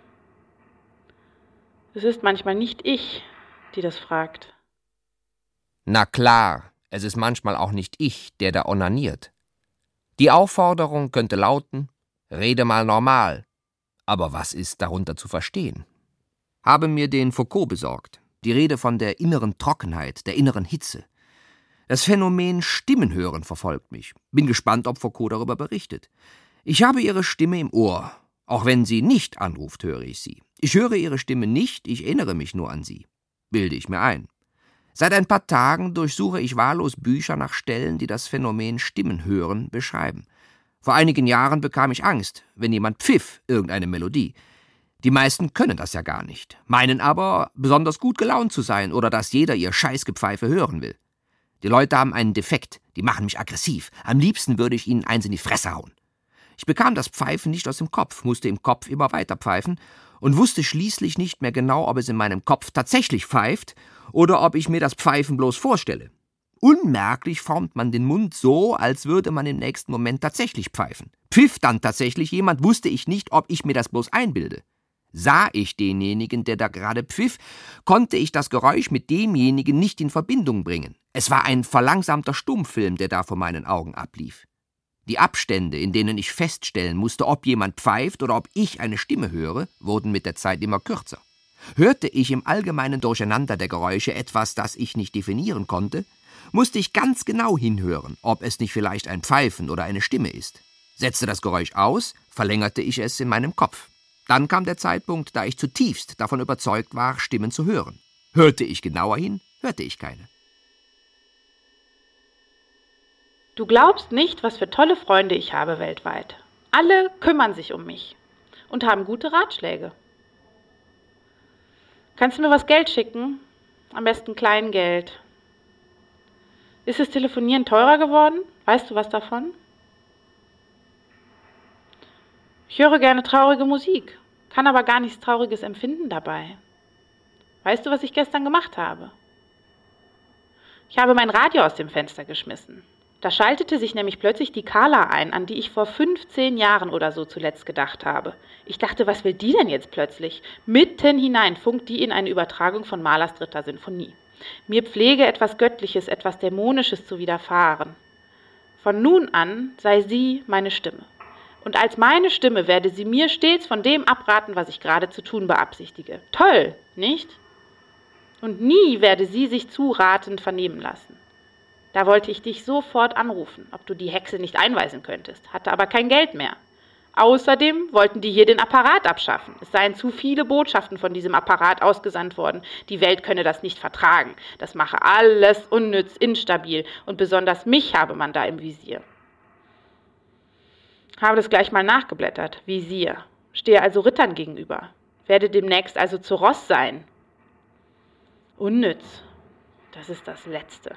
Es ist manchmal nicht ich, die das fragt. Na klar, es ist manchmal auch nicht ich, der da onaniert. Die Aufforderung könnte lauten, rede mal normal. Aber was ist darunter zu verstehen? Habe mir den Foucault besorgt. Die Rede von der inneren Trockenheit, der inneren Hitze. Das Phänomen Stimmenhören verfolgt mich. Bin gespannt, ob Foucault darüber berichtet. Ich habe ihre Stimme im Ohr. Auch wenn sie nicht anruft, höre ich sie. Ich höre ihre Stimme nicht, ich erinnere mich nur an sie. Bilde ich mir ein. Seit ein paar Tagen durchsuche ich wahllos Bücher nach Stellen, die das Phänomen Stimmenhören beschreiben. Vor einigen Jahren bekam ich Angst, wenn jemand pfiff, irgendeine Melodie. Die meisten können das ja gar nicht, meinen aber, besonders gut gelaunt zu sein oder dass jeder ihr Scheißgepfeife hören will. Die Leute haben einen Defekt, die machen mich aggressiv. Am liebsten würde ich ihnen eins in die Fresse hauen. Ich bekam das Pfeifen nicht aus dem Kopf, musste im Kopf immer weiter pfeifen und wusste schließlich nicht mehr genau, ob es in meinem Kopf tatsächlich pfeift oder ob ich mir das Pfeifen bloß vorstelle. Unmerklich formt man den Mund so, als würde man im nächsten Moment tatsächlich pfeifen. Pfiff dann tatsächlich jemand, wusste ich nicht, ob ich mir das bloß einbilde. Sah ich denjenigen, der da gerade pfiff, konnte ich das Geräusch mit demjenigen nicht in Verbindung bringen. Es war ein verlangsamter Stummfilm, der da vor meinen Augen ablief. Die Abstände, in denen ich feststellen musste, ob jemand pfeift oder ob ich eine Stimme höre, wurden mit der Zeit immer kürzer. Hörte ich im allgemeinen Durcheinander der Geräusche etwas, das ich nicht definieren konnte, musste ich ganz genau hinhören, ob es nicht vielleicht ein Pfeifen oder eine Stimme ist. Setzte das Geräusch aus, verlängerte ich es in meinem Kopf. Dann kam der Zeitpunkt, da ich zutiefst davon überzeugt war, Stimmen zu hören. Hörte ich genauer hin, hörte ich keine. Du glaubst nicht, was für tolle Freunde ich habe weltweit. Alle kümmern sich um mich und haben gute Ratschläge. Kannst du mir was Geld schicken? Am besten Kleingeld. Ist das Telefonieren teurer geworden? Weißt du was davon? Ich höre gerne traurige Musik, kann aber gar nichts Trauriges empfinden dabei. Weißt du, was ich gestern gemacht habe? Ich habe mein Radio aus dem Fenster geschmissen. Da schaltete sich nämlich plötzlich die Carla ein, an die ich vor 15 Jahren oder so zuletzt gedacht habe. Ich dachte, was will die denn jetzt plötzlich? Mitten hinein funkt die in eine Übertragung von Mahlers 3. Sinfonie. Mir pflege etwas Göttliches, etwas Dämonisches zu widerfahren. Von nun an sei sie meine Stimme. Und als meine Stimme werde sie mir stets von dem abraten, was ich gerade zu tun beabsichtige. Toll, nicht? Und nie werde sie sich zu ratend vernehmen lassen. Da wollte ich dich sofort anrufen, ob du die Hexe nicht einweisen könntest, hatte aber kein Geld mehr. Außerdem wollten die hier den Apparat abschaffen. Es seien zu viele Botschaften von diesem Apparat ausgesandt worden. Die Welt könne das nicht vertragen. Das mache alles unnütz, instabil und besonders mich habe man da im Visier. Habe das gleich mal nachgeblättert. Visier. Stehe also Rittern gegenüber. Werde demnächst also zu Ross sein. Unnütz. Das ist das Letzte.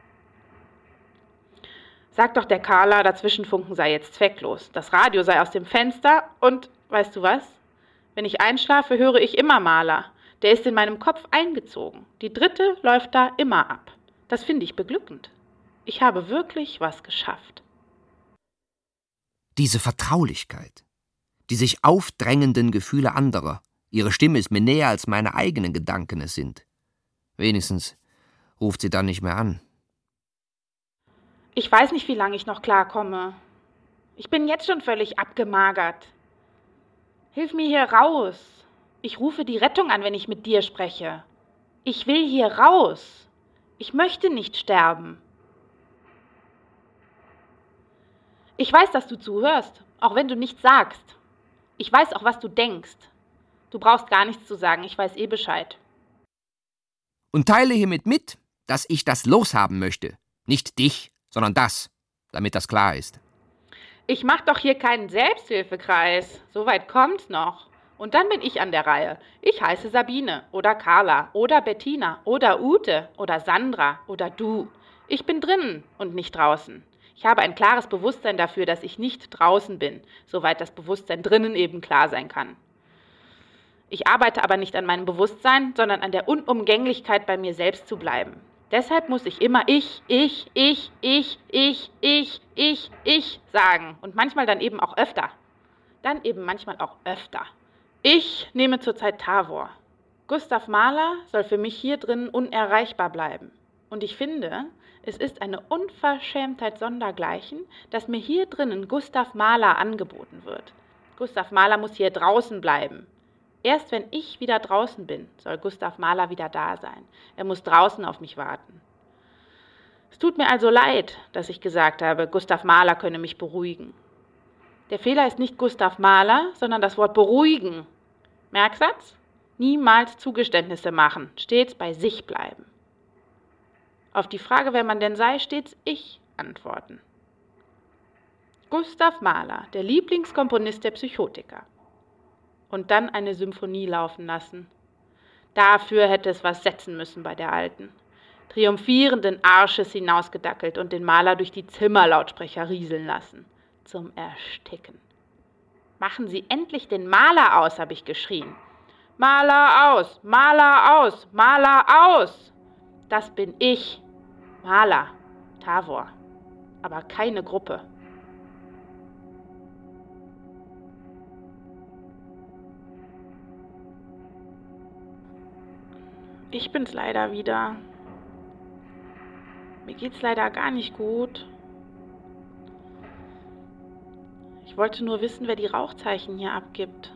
Sag doch der Carla, dazwischenfunken sei jetzt zwecklos. Das Radio sei aus dem Fenster und, weißt du was? Wenn ich einschlafe, höre ich immer Mahler. Der ist in meinem Kopf eingezogen. Die 3. läuft da immer ab. Das finde ich beglückend. Ich habe wirklich was geschafft. Diese Vertraulichkeit, die sich aufdrängenden Gefühle anderer, ihre Stimme ist mir näher, als meine eigenen Gedanken es sind. Wenigstens ruft sie dann nicht mehr an. Ich weiß nicht, wie lange ich noch klarkomme. Ich bin jetzt schon völlig abgemagert. Hilf mir hier raus. Ich rufe die Rettung an, wenn ich mit dir spreche. Ich will hier raus. Ich möchte nicht sterben. Ich weiß, dass du zuhörst, auch wenn du nichts sagst. Ich weiß auch, was du denkst. Du brauchst gar nichts zu sagen, ich weiß eh Bescheid. Und teile hiermit mit, dass ich das loshaben möchte. Nicht dich, sondern das, damit das klar ist. Ich mach doch hier keinen Selbsthilfekreis. So weit kommt's noch. Und dann bin ich an der Reihe. Ich heiße Sabine oder Carla oder Bettina oder Ute oder Sandra oder du. Ich bin drinnen und nicht draußen. Ich habe ein klares Bewusstsein dafür, dass ich nicht draußen bin, soweit das Bewusstsein drinnen eben klar sein kann. Ich arbeite aber nicht an meinem Bewusstsein, sondern an der Unumgänglichkeit, bei mir selbst zu bleiben. Deshalb muss ich immer ich sagen und manchmal dann eben auch öfter. Ich nehme zurzeit Tavor. Gustav Mahler soll für mich hier drinnen unerreichbar bleiben. Und ich finde, es ist eine Unverschämtheit sondergleichen, dass mir hier drinnen Gustav Mahler angeboten wird. Gustav Mahler muss hier draußen bleiben. Erst wenn ich wieder draußen bin, soll Gustav Mahler wieder da sein. Er muss draußen auf mich warten. Es tut mir also leid, dass ich gesagt habe, Gustav Mahler könne mich beruhigen. Der Fehler ist nicht Gustav Mahler, sondern das Wort beruhigen. Merksatz? Niemals Zugeständnisse machen, stets bei sich bleiben. Auf die Frage, wer man denn sei, stets ich antworten. Gustav Mahler, der Lieblingskomponist der Psychotiker. Und dann eine Symphonie laufen lassen. Dafür hätte es was setzen müssen bei der Alten. Triumphierenden Arsches hinausgedackelt und den Mahler durch die Zimmerlautsprecher rieseln lassen. Zum Ersticken. Machen Sie endlich den Mahler aus, habe ich geschrien. Mahler aus, Mahler aus, Mahler aus! Das bin ich, Mahler, Tavor, aber keine Gruppe. Ich bin's leider wieder. Mir geht's leider gar nicht gut. Ich wollte nur wissen, wer die Rauchzeichen hier abgibt.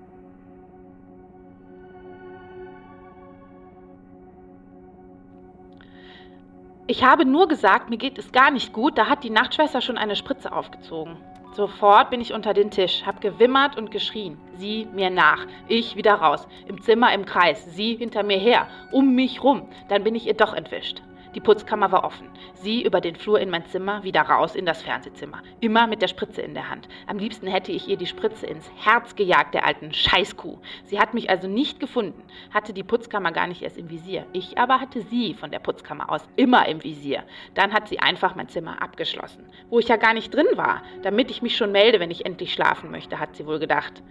Ich habe nur gesagt, mir geht es gar nicht gut, da hat die Nachtschwester schon eine Spritze aufgezogen. Sofort bin ich unter den Tisch, hab gewimmert und geschrien. Sie mir nach, ich wieder raus, im Zimmer im Kreis, sie hinter mir her, um mich rum. Dann bin ich ihr doch entwischt. Die Putzkammer war offen. Sie über den Flur in mein Zimmer, wieder raus in das Fernsehzimmer. Immer mit der Spritze in der Hand. Am liebsten hätte ich ihr die Spritze ins Herz gejagt, der alten Scheißkuh. Sie hat mich also nicht gefunden, hatte die Putzkammer gar nicht erst im Visier. Ich aber hatte sie von der Putzkammer aus immer im Visier. Dann hat sie einfach mein Zimmer abgeschlossen, wo ich ja gar nicht drin war, damit ich mich schon melde, wenn ich endlich schlafen möchte, hat sie wohl gedacht.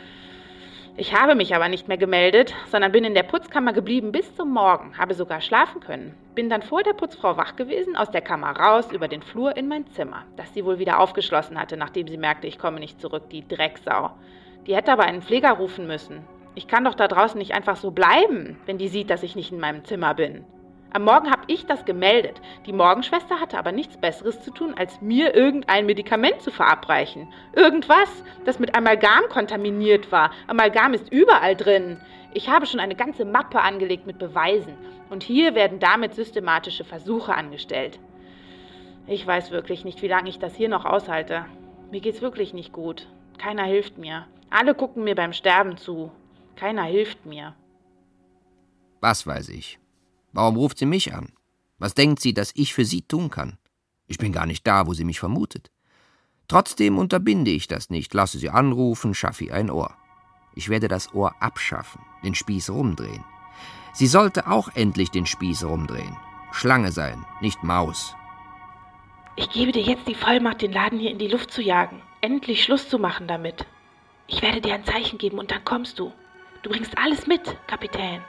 Ich habe mich aber nicht mehr gemeldet, sondern bin in der Putzkammer geblieben bis zum Morgen, habe sogar schlafen können. Bin dann vor der Putzfrau wach gewesen, aus der Kammer raus, über den Flur in mein Zimmer, das sie wohl wieder aufgeschlossen hatte, nachdem sie merkte, ich komme nicht zurück, die Drecksau. Die hätte aber einen Pfleger rufen müssen. Ich kann doch da draußen nicht einfach so bleiben, wenn die sieht, dass ich nicht in meinem Zimmer bin. Am Morgen habe ich das gemeldet. Die Morgenschwester hatte aber nichts Besseres zu tun, als mir irgendein Medikament zu verabreichen. Irgendwas, das mit Amalgam kontaminiert war. Amalgam ist überall drin. Ich habe schon eine ganze Mappe angelegt mit Beweisen. Und hier werden damit systematische Versuche angestellt. Ich weiß wirklich nicht, wie lange ich das hier noch aushalte. Mir geht's wirklich nicht gut. Keiner hilft mir. Alle gucken mir beim Sterben zu. Keiner hilft mir. Was weiß ich? Warum ruft sie mich an? Was denkt sie, dass ich für sie tun kann? Ich bin gar nicht da, wo sie mich vermutet. Trotzdem unterbinde ich das nicht, lasse sie anrufen, schaffe ihr ein Ohr. Ich werde das Ohr abschaffen, den Spieß rumdrehen. Sie sollte auch endlich den Spieß rumdrehen. Schlange sein, nicht Maus. Ich gebe dir jetzt die Vollmacht, den Laden hier in die Luft zu jagen. Endlich Schluss zu machen damit. Ich werde dir ein Zeichen geben und dann kommst du. Du bringst alles mit, Kapitän.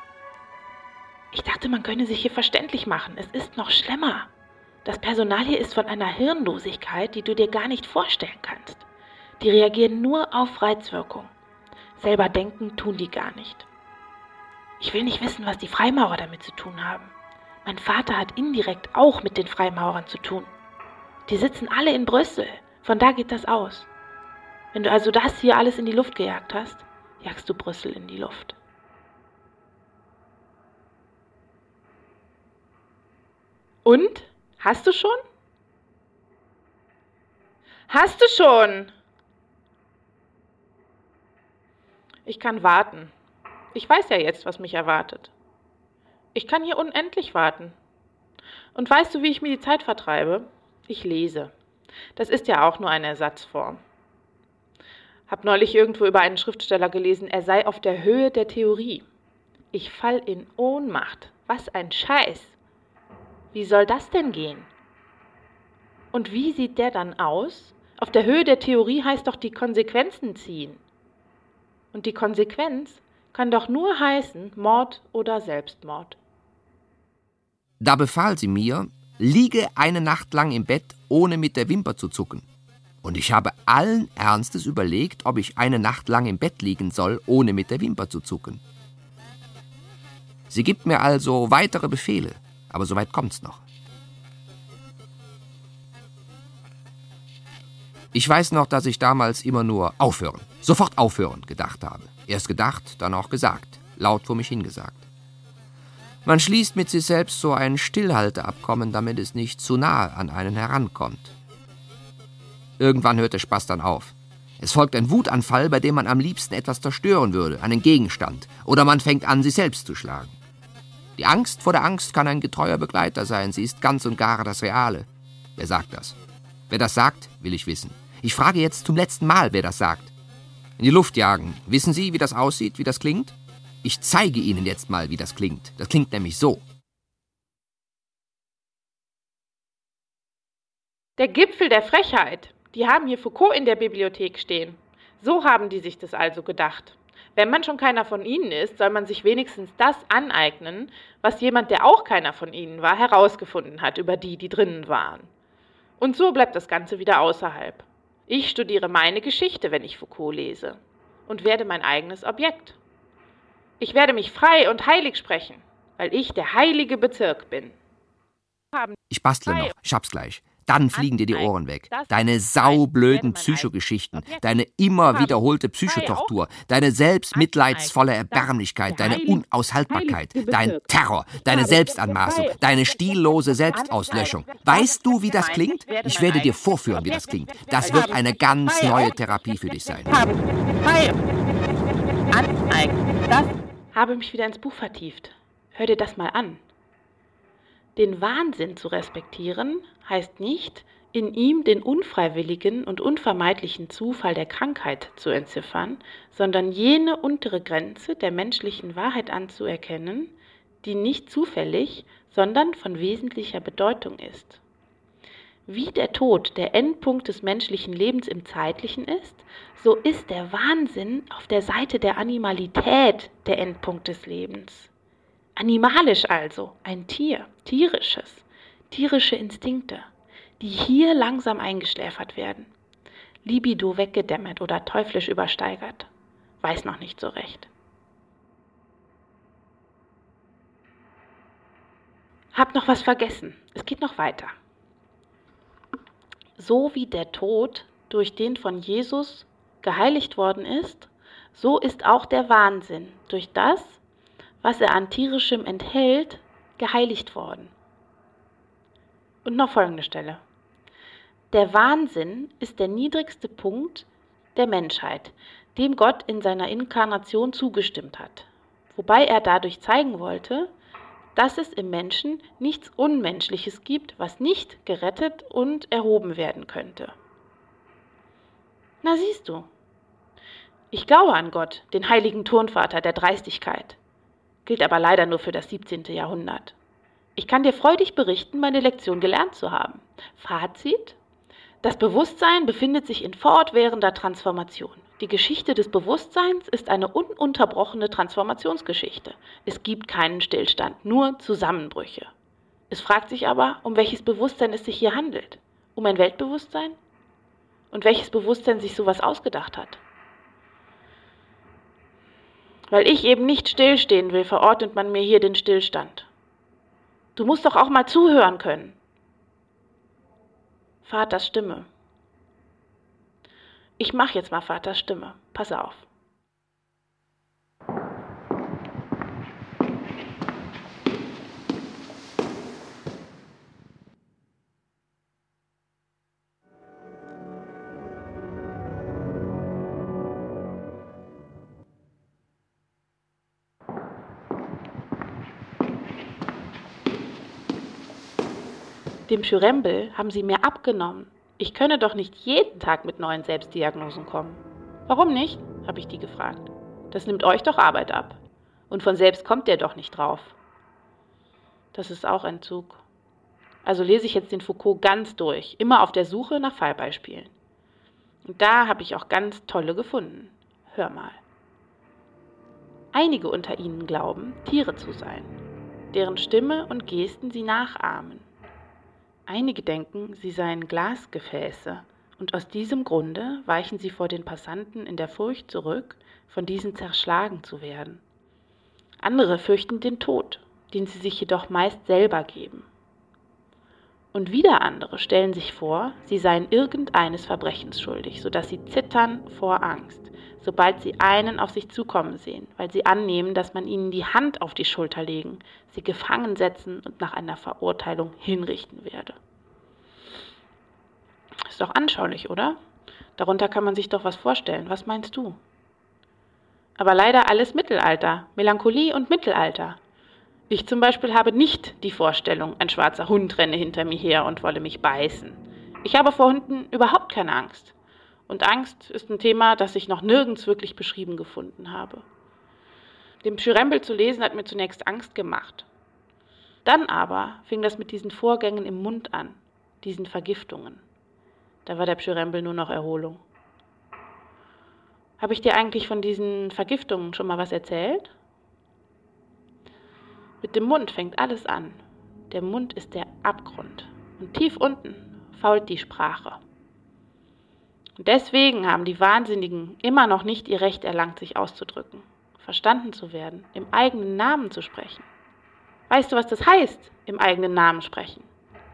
Ich dachte, man könne sich hier verständlich machen. Es ist noch schlimmer. Das Personal hier ist von einer Hirnlosigkeit, die du dir gar nicht vorstellen kannst. Die reagieren nur auf Reizwirkung. Selber denken tun die gar nicht. Ich will nicht wissen, was die Freimaurer damit zu tun haben. Mein Vater hat indirekt auch mit den Freimaurern zu tun. Die sitzen alle in Brüssel. Von da geht das aus. Wenn du also das hier alles in die Luft gejagt hast, jagst du Brüssel in die Luft. Und? Hast du schon? Hast du schon? Ich kann warten. Ich weiß ja jetzt, was mich erwartet. Ich kann hier unendlich warten. Und weißt du, wie ich mir die Zeit vertreibe? Ich lese. Das ist ja auch nur eine Ersatzform. Hab neulich irgendwo über einen Schriftsteller gelesen, er sei auf der Höhe der Theorie. Ich fall in Ohnmacht. Was ein Scheiß. Wie soll das denn gehen? Und wie sieht der dann aus? Auf der Höhe der Theorie heißt doch die Konsequenzen ziehen. Und die Konsequenz kann doch nur heißen Mord oder Selbstmord. Da befahl sie mir, liege eine Nacht lang im Bett, ohne mit der Wimper zu zucken. Und ich habe allen Ernstes überlegt, ob ich eine Nacht lang im Bett liegen soll, ohne mit der Wimper zu zucken. Sie gibt mir also weitere Befehle. Aber so weit kommt's noch. Ich weiß noch, dass ich damals immer nur aufhören, sofort aufhören gedacht habe. Erst gedacht, dann auch gesagt, laut vor mich hingesagt. Man schließt mit sich selbst so ein Stillhalteabkommen, damit es nicht zu nahe an einen herankommt. Irgendwann hört der Spaß dann auf. Es folgt ein Wutanfall, bei dem man am liebsten etwas zerstören würde, einen Gegenstand, oder man fängt an, sich selbst zu schlagen. Die Angst vor der Angst kann ein getreuer Begleiter sein, sie ist ganz und gar das Reale. Wer sagt das? Wer das sagt, will ich wissen. Ich frage jetzt zum letzten Mal, wer das sagt. In die Luft jagen. Wissen Sie, wie das aussieht, wie das klingt? Ich zeige Ihnen jetzt mal, wie das klingt. Das klingt nämlich so. Der Gipfel der Frechheit. Die haben hier Foucault in der Bibliothek stehen. So haben die sich das also gedacht. Wenn man schon keiner von ihnen ist, soll man sich wenigstens das aneignen, was jemand, der auch keiner von ihnen war, herausgefunden hat über die, die drinnen waren. Und so bleibt das Ganze wieder außerhalb. Ich studiere meine Geschichte, wenn ich Foucault lese, und werde mein eigenes Objekt. Ich werde mich frei und heilig sprechen, weil ich der heilige Bezirk bin. Ich bastle noch, ich hab's gleich. Dann fliegen dir die Ohren weg. Deine saublöden Psychogeschichten, deine immer wiederholte Psychotortur, deine selbstmitleidsvolle Erbärmlichkeit, deine Unaushaltbarkeit, dein Terror, deine Selbstanmaßung, deine stillose Selbstauslöschung. Weißt du, wie das klingt? Ich werde dir vorführen, wie das klingt. Das wird eine ganz neue Therapie für dich sein. Habe mich wieder ins Buch vertieft. Hör dir das mal an. Den Wahnsinn zu respektieren heißt nicht, in ihm den unfreiwilligen und unvermeidlichen Zufall der Krankheit zu entziffern, sondern jene untere Grenze der menschlichen Wahrheit anzuerkennen, die nicht zufällig, sondern von wesentlicher Bedeutung ist. Wie der Tod der Endpunkt des menschlichen Lebens im Zeitlichen ist, so ist der Wahnsinn auf der Seite der Animalität der Endpunkt des Lebens. Animalisch also, ein Tier, tierisches, tierische Instinkte, die hier langsam eingeschläfert werden, Libido weggedämmert oder teuflisch übersteigert, weiß noch nicht so recht. Hab noch was vergessen, es geht noch weiter. So wie der Tod durch den von Jesus geheiligt worden ist, so ist auch der Wahnsinn durch das, was er an tierischem enthält, geheiligt worden. Und noch folgende Stelle. Der Wahnsinn ist der niedrigste Punkt der Menschheit, dem Gott in seiner Inkarnation zugestimmt hat, wobei er dadurch zeigen wollte, dass es im Menschen nichts Unmenschliches gibt, was nicht gerettet und erhoben werden könnte. Na siehst du, ich glaube an Gott, den heiligen Turnvater der Dreistigkeit, gilt aber leider nur für das 17. Jahrhundert. Ich kann dir freudig berichten, meine Lektion gelernt zu haben. Fazit: Das Bewusstsein befindet sich in fortwährender Transformation. Die Geschichte des Bewusstseins ist eine ununterbrochene Transformationsgeschichte. Es gibt keinen Stillstand, nur Zusammenbrüche. Es fragt sich aber, um welches Bewusstsein es sich hier handelt. Um ein Weltbewusstsein? Und welches Bewusstsein sich sowas ausgedacht hat? Weil ich eben nicht stillstehen will, verordnet man mir hier den Stillstand. Du musst doch auch mal zuhören können. Vaters Stimme. Ich mache jetzt mal Vaters Stimme. Pass auf. Dem Schürembel haben sie mir abgenommen. Ich könne doch nicht jeden Tag mit neuen Selbstdiagnosen kommen. Warum nicht? Habe ich die gefragt. Das nimmt euch doch Arbeit ab. Und von selbst kommt der doch nicht drauf. Das ist auch Entzug. Also lese ich jetzt den Foucault ganz durch, immer auf der Suche nach Fallbeispielen. Und da habe ich auch ganz tolle gefunden. Hör mal. Einige unter ihnen glauben, Tiere zu sein, deren Stimme und Gesten sie nachahmen. Einige denken, sie seien Glasgefäße, und aus diesem Grunde weichen sie vor den Passanten in der Furcht zurück, von diesen zerschlagen zu werden. Andere fürchten den Tod, den sie sich jedoch meist selber geben. Und wieder andere stellen sich vor, sie seien irgendeines Verbrechens schuldig, sodass sie zittern vor Angst, sobald sie einen auf sich zukommen sehen, weil sie annehmen, dass man ihnen die Hand auf die Schulter legen, sie gefangen setzen und nach einer Verurteilung hinrichten werde. Ist doch anschaulich, oder? Darunter kann man sich doch was vorstellen. Was meinst du? Aber leider alles Mittelalter, Melancholie und Mittelalter. Ich zum Beispiel habe nicht die Vorstellung, ein schwarzer Hund renne hinter mir her und wolle mich beißen. Ich habe vor Hunden überhaupt keine Angst. Und Angst ist ein Thema, das ich noch nirgends wirklich beschrieben gefunden habe. Dem Schürembel zu lesen hat mir zunächst Angst gemacht. Dann aber fing das mit diesen Vorgängen im Mund an, diesen Vergiftungen. Da war der Schürembel nur noch Erholung. Habe ich dir eigentlich von diesen Vergiftungen schon mal was erzählt? Mit dem Mund fängt alles an. Der Mund ist der Abgrund. Und tief unten fault die Sprache. Und deswegen haben die Wahnsinnigen immer noch nicht ihr Recht erlangt, sich auszudrücken, verstanden zu werden, im eigenen Namen zu sprechen. Weißt du, was das heißt, im eigenen Namen sprechen?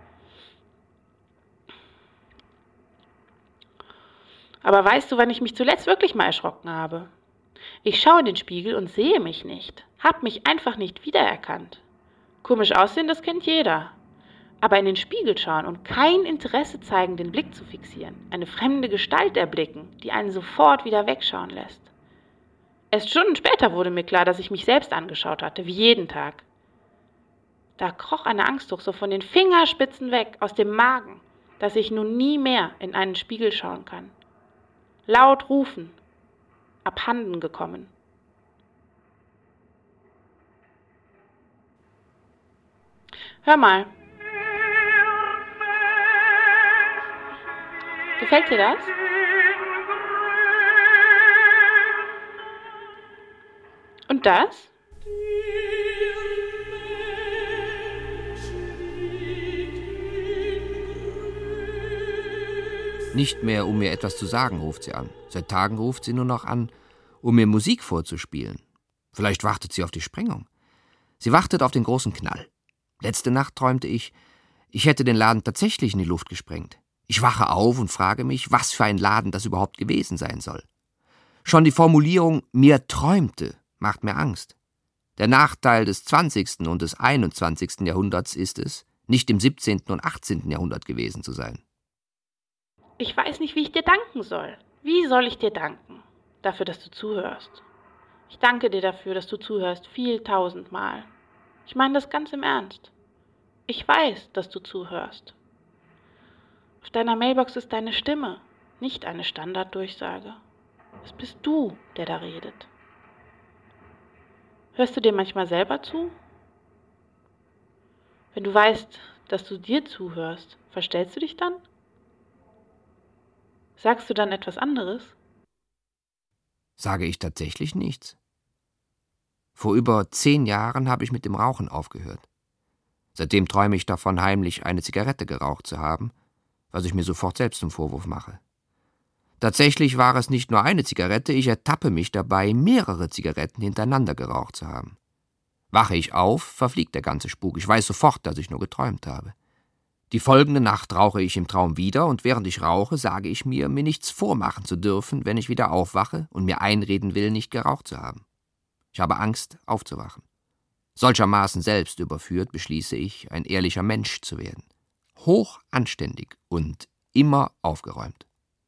Aber weißt du, wann ich mich zuletzt wirklich mal erschrocken habe? Ich schaue in den Spiegel und sehe mich nicht, habe mich einfach nicht wiedererkannt. Komisch aussehen, das kennt jeder. Aber in den Spiegel schauen und kein Interesse zeigen, den Blick zu fixieren, eine fremde Gestalt erblicken, die einen sofort wieder wegschauen lässt. Erst Stunden später wurde mir klar, dass ich mich selbst angeschaut hatte, wie jeden Tag. Da kroch eine Angst hoch, so von den Fingerspitzen weg, aus dem Magen, dass ich nun nie mehr in einen Spiegel schauen kann. Laut rufen, abhanden gekommen. Hör mal. Gefällt dir das? Und das? Nicht mehr, um mir etwas zu sagen, ruft sie an. Seit Tagen ruft sie nur noch an, um mir Musik vorzuspielen. Vielleicht wartet sie auf die Sprengung. Sie wartet auf den großen Knall. Letzte Nacht träumte ich hätte den Laden tatsächlich in die Luft gesprengt. Ich wache auf und frage mich, was für ein Laden das überhaupt gewesen sein soll. Schon die Formulierung »mir träumte« macht mir Angst. Der Nachteil des 20. und des 21. Jahrhunderts ist es, nicht im 17. und 18. Jahrhundert gewesen zu sein. Ich weiß nicht, wie ich dir danken soll. Wie soll ich dir danken? Dafür, dass du zuhörst. Ich danke dir dafür, dass du zuhörst, viel tausendmal. Ich meine das ganz im Ernst. Ich weiß, dass du zuhörst. Auf deiner Mailbox ist deine Stimme, nicht eine Standarddurchsage. Es bist du, der da redet. Hörst du dir manchmal selber zu? Wenn du weißt, dass du dir zuhörst, verstellst du dich dann? Sagst du dann etwas anderes? Sage ich tatsächlich nichts. Vor über 10 Jahren habe ich mit dem Rauchen aufgehört. Seitdem träume ich davon, heimlich eine Zigarette geraucht zu haben, was ich mir sofort selbst zum Vorwurf mache. Tatsächlich war es nicht nur eine Zigarette, ich ertappe mich dabei, mehrere Zigaretten hintereinander geraucht zu haben. Wache ich auf, verfliegt der ganze Spuk. Ich weiß sofort, dass ich nur geträumt habe. Die folgende Nacht rauche ich im Traum wieder, und während ich rauche, sage ich mir nichts vormachen zu dürfen, wenn ich wieder aufwache und mir einreden will, nicht geraucht zu haben. Ich habe Angst, aufzuwachen. Solchermaßen selbst überführt beschließe ich, ein ehrlicher Mensch zu werden. Hoch anständig und immer aufgeräumt.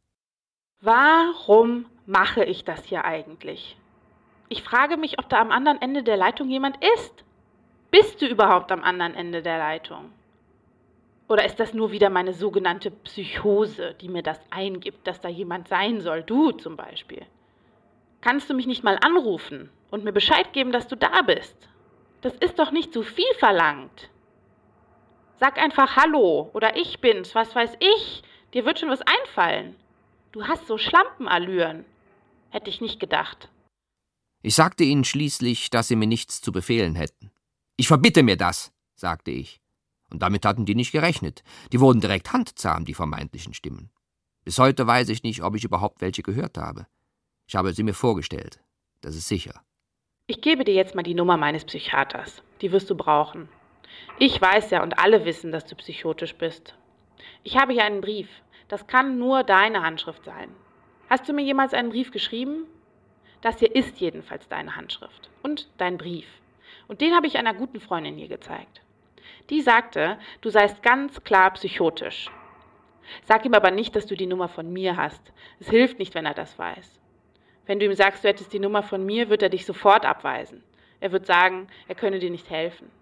Warum mache ich das hier eigentlich? Ich frage mich, ob da am anderen Ende der Leitung jemand ist. Bist du überhaupt am anderen Ende der Leitung? Oder ist das nur wieder meine sogenannte Psychose, die mir das eingibt, dass da jemand sein soll? Du zum Beispiel. Kannst du mich nicht mal anrufen und mir Bescheid geben, dass du da bist? Das ist doch nicht zu viel verlangt. Sag einfach Hallo oder ich bin's, was weiß ich. Dir wird schon was einfallen. Du hast so Schlampenallüren. Hätte ich nicht gedacht. Ich sagte ihnen schließlich, dass sie mir nichts zu befehlen hätten. Ich verbitte mir das, sagte ich. Und damit hatten die nicht gerechnet. Die wurden direkt handzahm, die vermeintlichen Stimmen. Bis heute weiß ich nicht, ob ich überhaupt welche gehört habe. Ich habe sie mir vorgestellt. Das ist sicher. Ich gebe dir jetzt mal die Nummer meines Psychiaters. Die wirst du brauchen. Ich weiß ja und alle wissen, dass du psychotisch bist. Ich habe hier einen Brief. Das kann nur deine Handschrift sein. Hast du mir jemals einen Brief geschrieben? Das hier ist jedenfalls deine Handschrift und dein Brief. Und den habe ich einer guten Freundin hier gezeigt. Die sagte, du seist ganz klar psychotisch. Sag ihm aber nicht, dass du die Nummer von mir hast. Es hilft nicht, wenn er das weiß. Wenn du ihm sagst, du hättest die Nummer von mir, wird er dich sofort abweisen. Er wird sagen, er könne dir nicht helfen.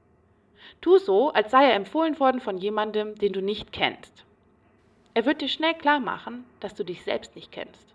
Tu so, als sei er empfohlen worden von jemandem, den du nicht kennst. Er wird dir schnell klar machen, dass du dich selbst nicht kennst.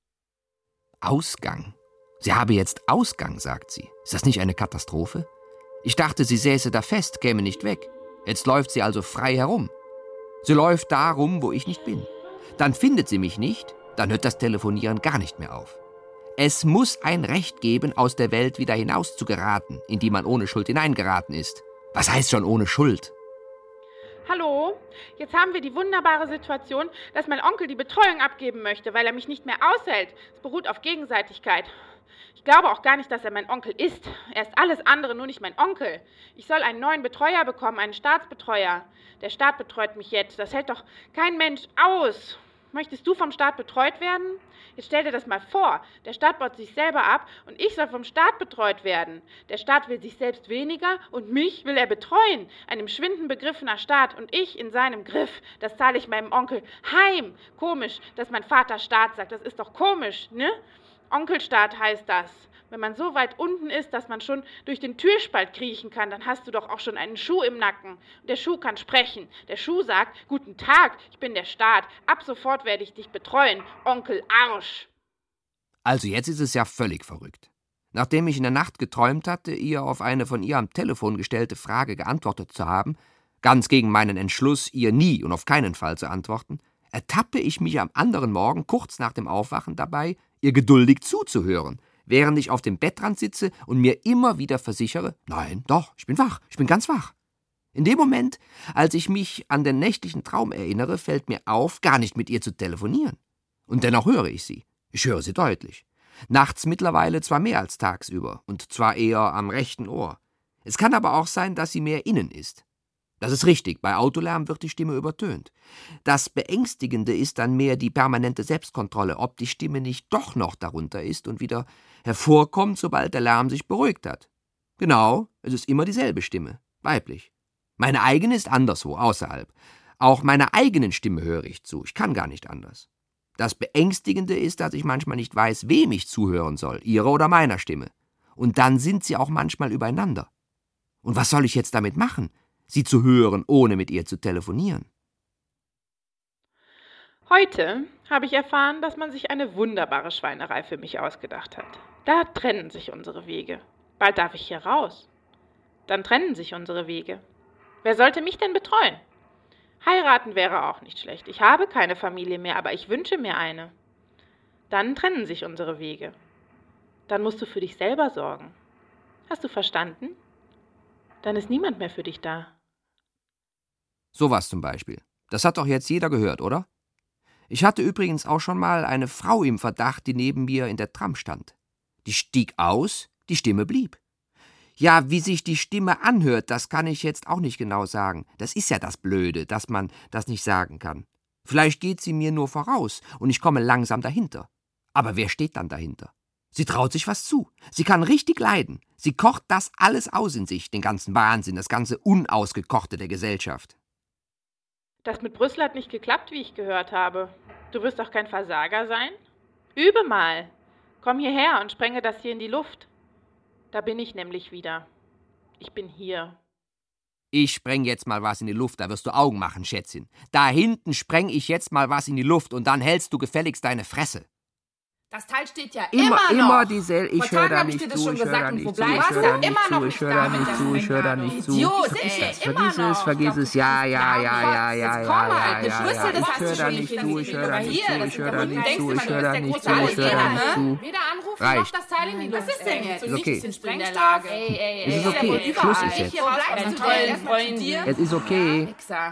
Ausgang? Sie habe jetzt Ausgang, sagt sie. Ist das nicht eine Katastrophe? Ich dachte, sie säße da fest, käme nicht weg. Jetzt läuft sie also frei herum. Sie läuft da rum, wo ich nicht bin. Dann findet sie mich nicht, dann hört das Telefonieren gar nicht mehr auf. Es muss ein Recht geben, aus der Welt wieder hinaus zu geraten, in die man ohne Schuld hineingeraten ist. Was heißt schon ohne Schuld? Hallo, jetzt haben wir die wunderbare Situation, dass mein Onkel die Betreuung abgeben möchte, weil er mich nicht mehr aushält. Es beruht auf Gegenseitigkeit. Ich glaube auch gar nicht, dass er mein Onkel ist. Er ist alles andere, nur nicht mein Onkel. Ich soll einen neuen Betreuer bekommen, einen Staatsbetreuer. Der Staat betreut mich jetzt. Das hält doch kein Mensch aus. Möchtest du vom Staat betreut werden? Jetzt stell dir das mal vor. Der Staat baut sich selber ab und ich soll vom Staat betreut werden. Der Staat will sich selbst weniger und mich will er betreuen. Ein im Schwinden begriffener Staat und ich in seinem Griff. Das zahle ich meinem Onkel heim. Komisch, dass mein Vater Staat sagt. Das ist doch komisch, ne? Onkelstaat heißt das. Wenn man so weit unten ist, dass man schon durch den Türspalt kriechen kann, dann hast du doch auch schon einen Schuh im Nacken. Und der Schuh kann sprechen. Der Schuh sagt, guten Tag, ich bin der Staat. Ab sofort werde ich dich betreuen, Onkel Arsch. Also jetzt ist es ja völlig verrückt. Nachdem ich in der Nacht geträumt hatte, ihr auf eine von ihr am Telefon gestellte Frage geantwortet zu haben, ganz gegen meinen Entschluss, ihr nie und auf keinen Fall zu antworten, ertappe ich mich am anderen Morgen kurz nach dem Aufwachen dabei, ihr geduldig zuzuhören, während ich auf dem Bettrand sitze und mir immer wieder versichere, nein, doch, ich bin wach, ich bin ganz wach. In dem Moment, als ich mich an den nächtlichen Traum erinnere, fällt mir auf, gar nicht mit ihr zu telefonieren. Und dennoch höre ich sie. Ich höre sie deutlich. Nachts mittlerweile zwar mehr als tagsüber, und zwar eher am rechten Ohr. Es kann aber auch sein, dass sie mehr innen ist. Das ist richtig, bei Autolärm wird die Stimme übertönt. Das Beängstigende ist dann mehr die permanente Selbstkontrolle, ob die Stimme nicht doch noch darunter ist und wieder hervorkommt, sobald der Lärm sich beruhigt hat. Genau, es ist immer dieselbe Stimme, weiblich. Meine eigene ist anderswo, außerhalb. Auch meiner eigenen Stimme höre ich zu, ich kann gar nicht anders. Das Beängstigende ist, dass ich manchmal nicht weiß, wem ich zuhören soll, ihrer oder meiner Stimme. Und dann sind sie auch manchmal übereinander. Und was soll ich jetzt damit machen? Sie zu hören, ohne mit ihr zu telefonieren. Heute habe ich erfahren, dass man sich eine wunderbare Schweinerei für mich ausgedacht hat. Da trennen sich unsere Wege. Bald darf ich hier raus. Dann trennen sich unsere Wege. Wer sollte mich denn betreuen? Heiraten wäre auch nicht schlecht. Ich habe keine Familie mehr, aber ich wünsche mir eine. Dann trennen sich unsere Wege. Dann musst du für dich selber sorgen. Hast du verstanden? Dann ist niemand mehr für dich da. Sowas zum Beispiel. Das hat doch jetzt jeder gehört, oder? Ich hatte übrigens auch schon mal eine Frau im Verdacht, die neben mir in der Tram stand. Die stieg aus, die Stimme blieb. Ja, wie sich die Stimme anhört, das kann ich jetzt auch nicht genau sagen. Das ist ja das Blöde, dass man das nicht sagen kann. Vielleicht geht sie mir nur voraus und ich komme langsam dahinter. Aber wer steht dann dahinter? Sie traut sich was zu. Sie kann richtig leiden. Sie kocht das alles aus in sich, den ganzen Wahnsinn, das ganze Unausgekochte der Gesellschaft. Das mit Brüssel hat nicht geklappt, wie ich gehört habe. Du wirst doch kein Versager sein? Übe mal. Komm hierher und sprenge das hier in die Luft. Da bin ich nämlich wieder. Ich bin hier. Ich spreng jetzt mal was in die Luft, da wirst du Augen machen, Schätzchen. Da hinten spreng ich jetzt mal was in die Luft und dann hältst du gefälligst deine Fresse. Das Teil steht ja immer noch. Immer dieselbe. Ich höre da Vor Tagen hab ich nicht dir das zu, schon ich höre da gesagt und nicht wo zu, ich bleibst höre du? da nicht Immer zu, noch ich höre da nicht nicht zu, ich höre da nicht zu. Idiot, immer noch. Vergiss es, ja. Jetzt komm halt, eine Schlüssel, das Ich hast höre du da schon nicht gekriegt. zu, ich höre da Aber nicht hier, zu, das ich ist höre der da Hund, nicht denkst zu, du mal, ich du höre da bist der nicht große zu, ich höre da nicht Auskenner, zu. Wieder anrufen, Reicht. mach das Teil in die Luft. Was ist denn jetzt? Ist okay. Nichts in der Lage. Es ist okay, Schluss ist jetzt. Hier bleibst du tollen Freundin. Es ist okay. Wichser.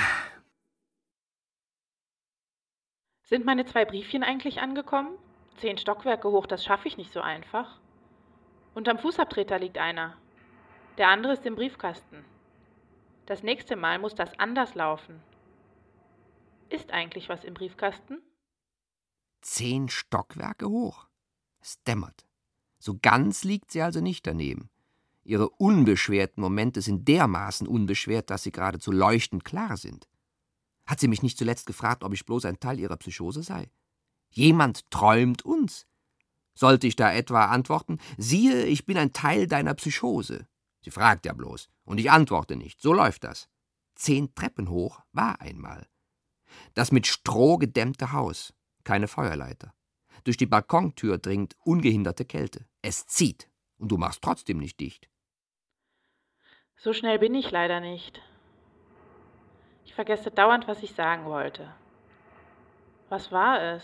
Sind meine 2 Briefchen eigentlich angekommen? 10 Stockwerke hoch, das schaffe ich nicht so einfach. Unterm Fußabtreter liegt einer. Der andere ist im Briefkasten. Das nächste Mal muss das anders laufen. Ist eigentlich was im Briefkasten? 10 Stockwerke hoch. Es dämmert. So ganz liegt sie also nicht daneben. Ihre unbeschwerten Momente sind dermaßen unbeschwert, dass sie geradezu leuchtend klar sind. Hat sie mich nicht zuletzt gefragt, ob ich bloß ein Teil ihrer Psychose sei? Jemand träumt uns. Sollte ich da etwa antworten, siehe, ich bin ein Teil deiner Psychose? Sie fragt ja bloß, und ich antworte nicht, so läuft das. 10 Treppen hoch war einmal. Das mit Stroh gedämmte Haus, keine Feuerleiter. Durch die Balkontür dringt ungehinderte Kälte. Es zieht, und du machst trotzdem nicht dicht. So schnell bin ich leider nicht. Ich vergesse dauernd, was ich sagen wollte. Was war es?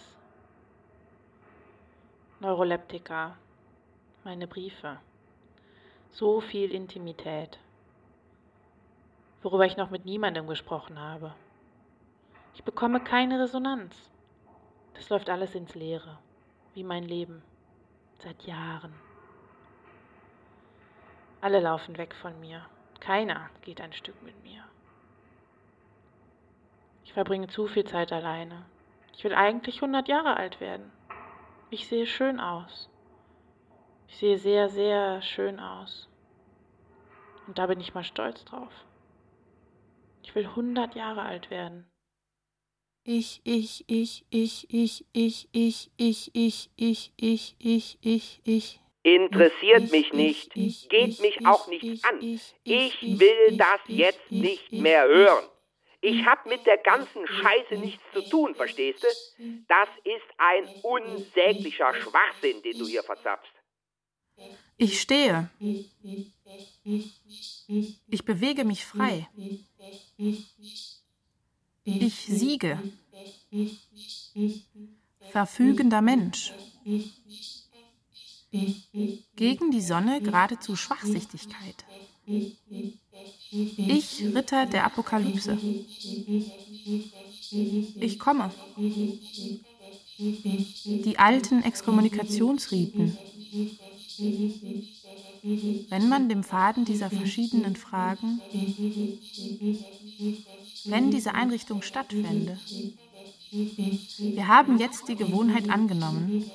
Neuroleptika, meine Briefe. So viel Intimität, worüber ich noch mit niemandem gesprochen habe. Ich bekomme keine Resonanz. Das läuft alles ins Leere, wie mein Leben, seit Jahren. Alle laufen weg von mir. Keiner geht ein Stück mit mir. Ich verbringe zu viel Zeit alleine. Ich will eigentlich 100 Jahre alt werden. Ich sehe schön aus. Ich sehe sehr, sehr schön aus. Und da bin ich mal stolz drauf. Ich will 100 Jahre alt werden. Ich. Interessiert mich nicht. Geht mich auch nicht an. Ich will das jetzt nicht mehr hören. Ich hab mit der ganzen Scheiße nichts zu tun, verstehst du? Das ist ein unsäglicher Schwachsinn, den du hier verzapfst. Ich stehe. Ich bewege mich frei. Ich siege. Verfügender Mensch. Gegen die Sonne geradezu Schwachsichtigkeit. Ich, Ritter der Apokalypse. Ich komme. Die alten Exkommunikationsriten. Wenn man dem Faden dieser verschiedenen Fragen, wenn diese Einrichtung stattfände. Wir haben jetzt die Gewohnheit angenommen.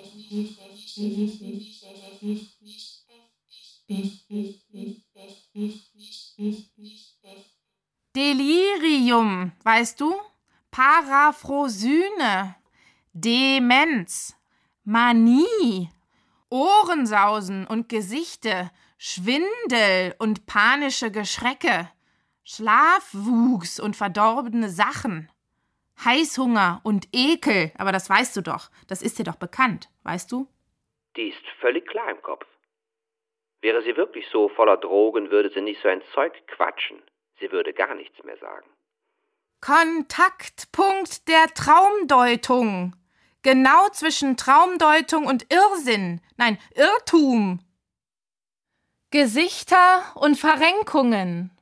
Delirium, weißt du? Paraphrosyne, Demenz, Manie, Ohrensausen und Gesichte, Schwindel und panische Geschrecke, Schlafwuchs und verdorbene Sachen, Heißhunger und Ekel, aber das weißt du doch, das ist dir doch bekannt, weißt du? Die ist völlig klar im Kopf. Wäre sie wirklich so voller Drogen, würde sie nicht so ein Zeug quatschen. Sie würde gar nichts mehr sagen. Kontaktpunkt der Traumdeutung. Genau zwischen Traumdeutung und Irrsinn. Nein, Irrtum. Gesichter und Verrenkungen.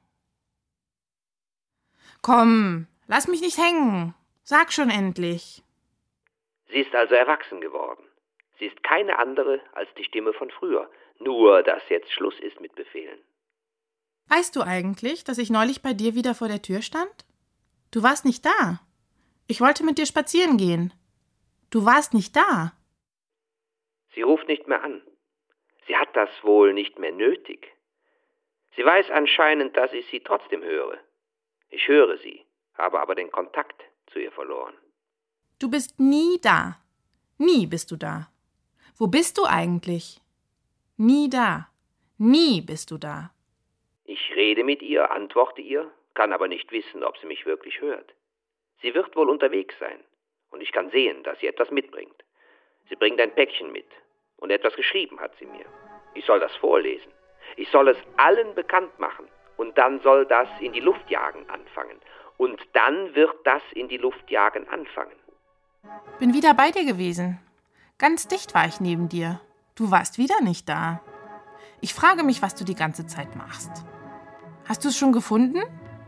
Komm, lass mich nicht hängen. Sag schon endlich. Sie ist also erwachsen geworden. Sie ist keine andere als die Stimme von früher. Nur, dass jetzt Schluss ist mit Befehlen. Weißt du eigentlich, dass ich neulich bei dir wieder vor der Tür stand? Du warst nicht da. Ich wollte mit dir spazieren gehen. Du warst nicht da. Sie ruft nicht mehr an. Sie hat das wohl nicht mehr nötig. Sie weiß anscheinend, dass ich sie trotzdem höre. Ich höre sie, habe aber den Kontakt zu ihr verloren. Du bist nie da. Nie bist du da. Wo bist du eigentlich? Nie da. Nie bist du da. Ich rede mit ihr, antworte ihr, kann aber nicht wissen, ob sie mich wirklich hört. Sie wird wohl unterwegs sein, und ich kann sehen, dass sie etwas mitbringt. Sie bringt ein Päckchen mit, und etwas geschrieben hat sie mir. Ich soll das vorlesen. Ich soll es allen bekannt machen, und dann soll das in die Luftjagen anfangen. Und dann wird das in die Luftjagen anfangen. Bin wieder bei dir gewesen. Ganz dicht war ich neben dir. Du warst wieder nicht da. Ich frage mich, was du die ganze Zeit machst. Hast du es schon gefunden?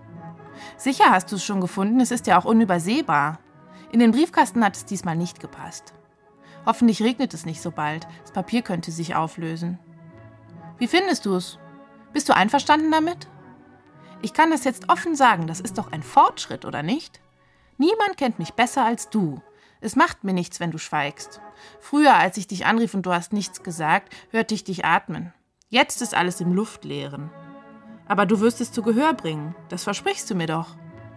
Sicher hast du es schon gefunden, es ist ja auch unübersehbar. In den Briefkasten hat es diesmal nicht gepasst. Hoffentlich regnet es nicht so bald, das Papier könnte sich auflösen. Wie findest du es? Bist du einverstanden damit? Ich kann das jetzt offen sagen, das ist doch ein Fortschritt, oder nicht? Niemand kennt mich besser als du. Es macht mir nichts, wenn du schweigst. Früher, als ich dich anrief und du hast nichts gesagt, hörte ich dich atmen. Jetzt ist alles im Luftleeren. Aber du wirst es zu Gehör bringen. Das versprichst du mir doch.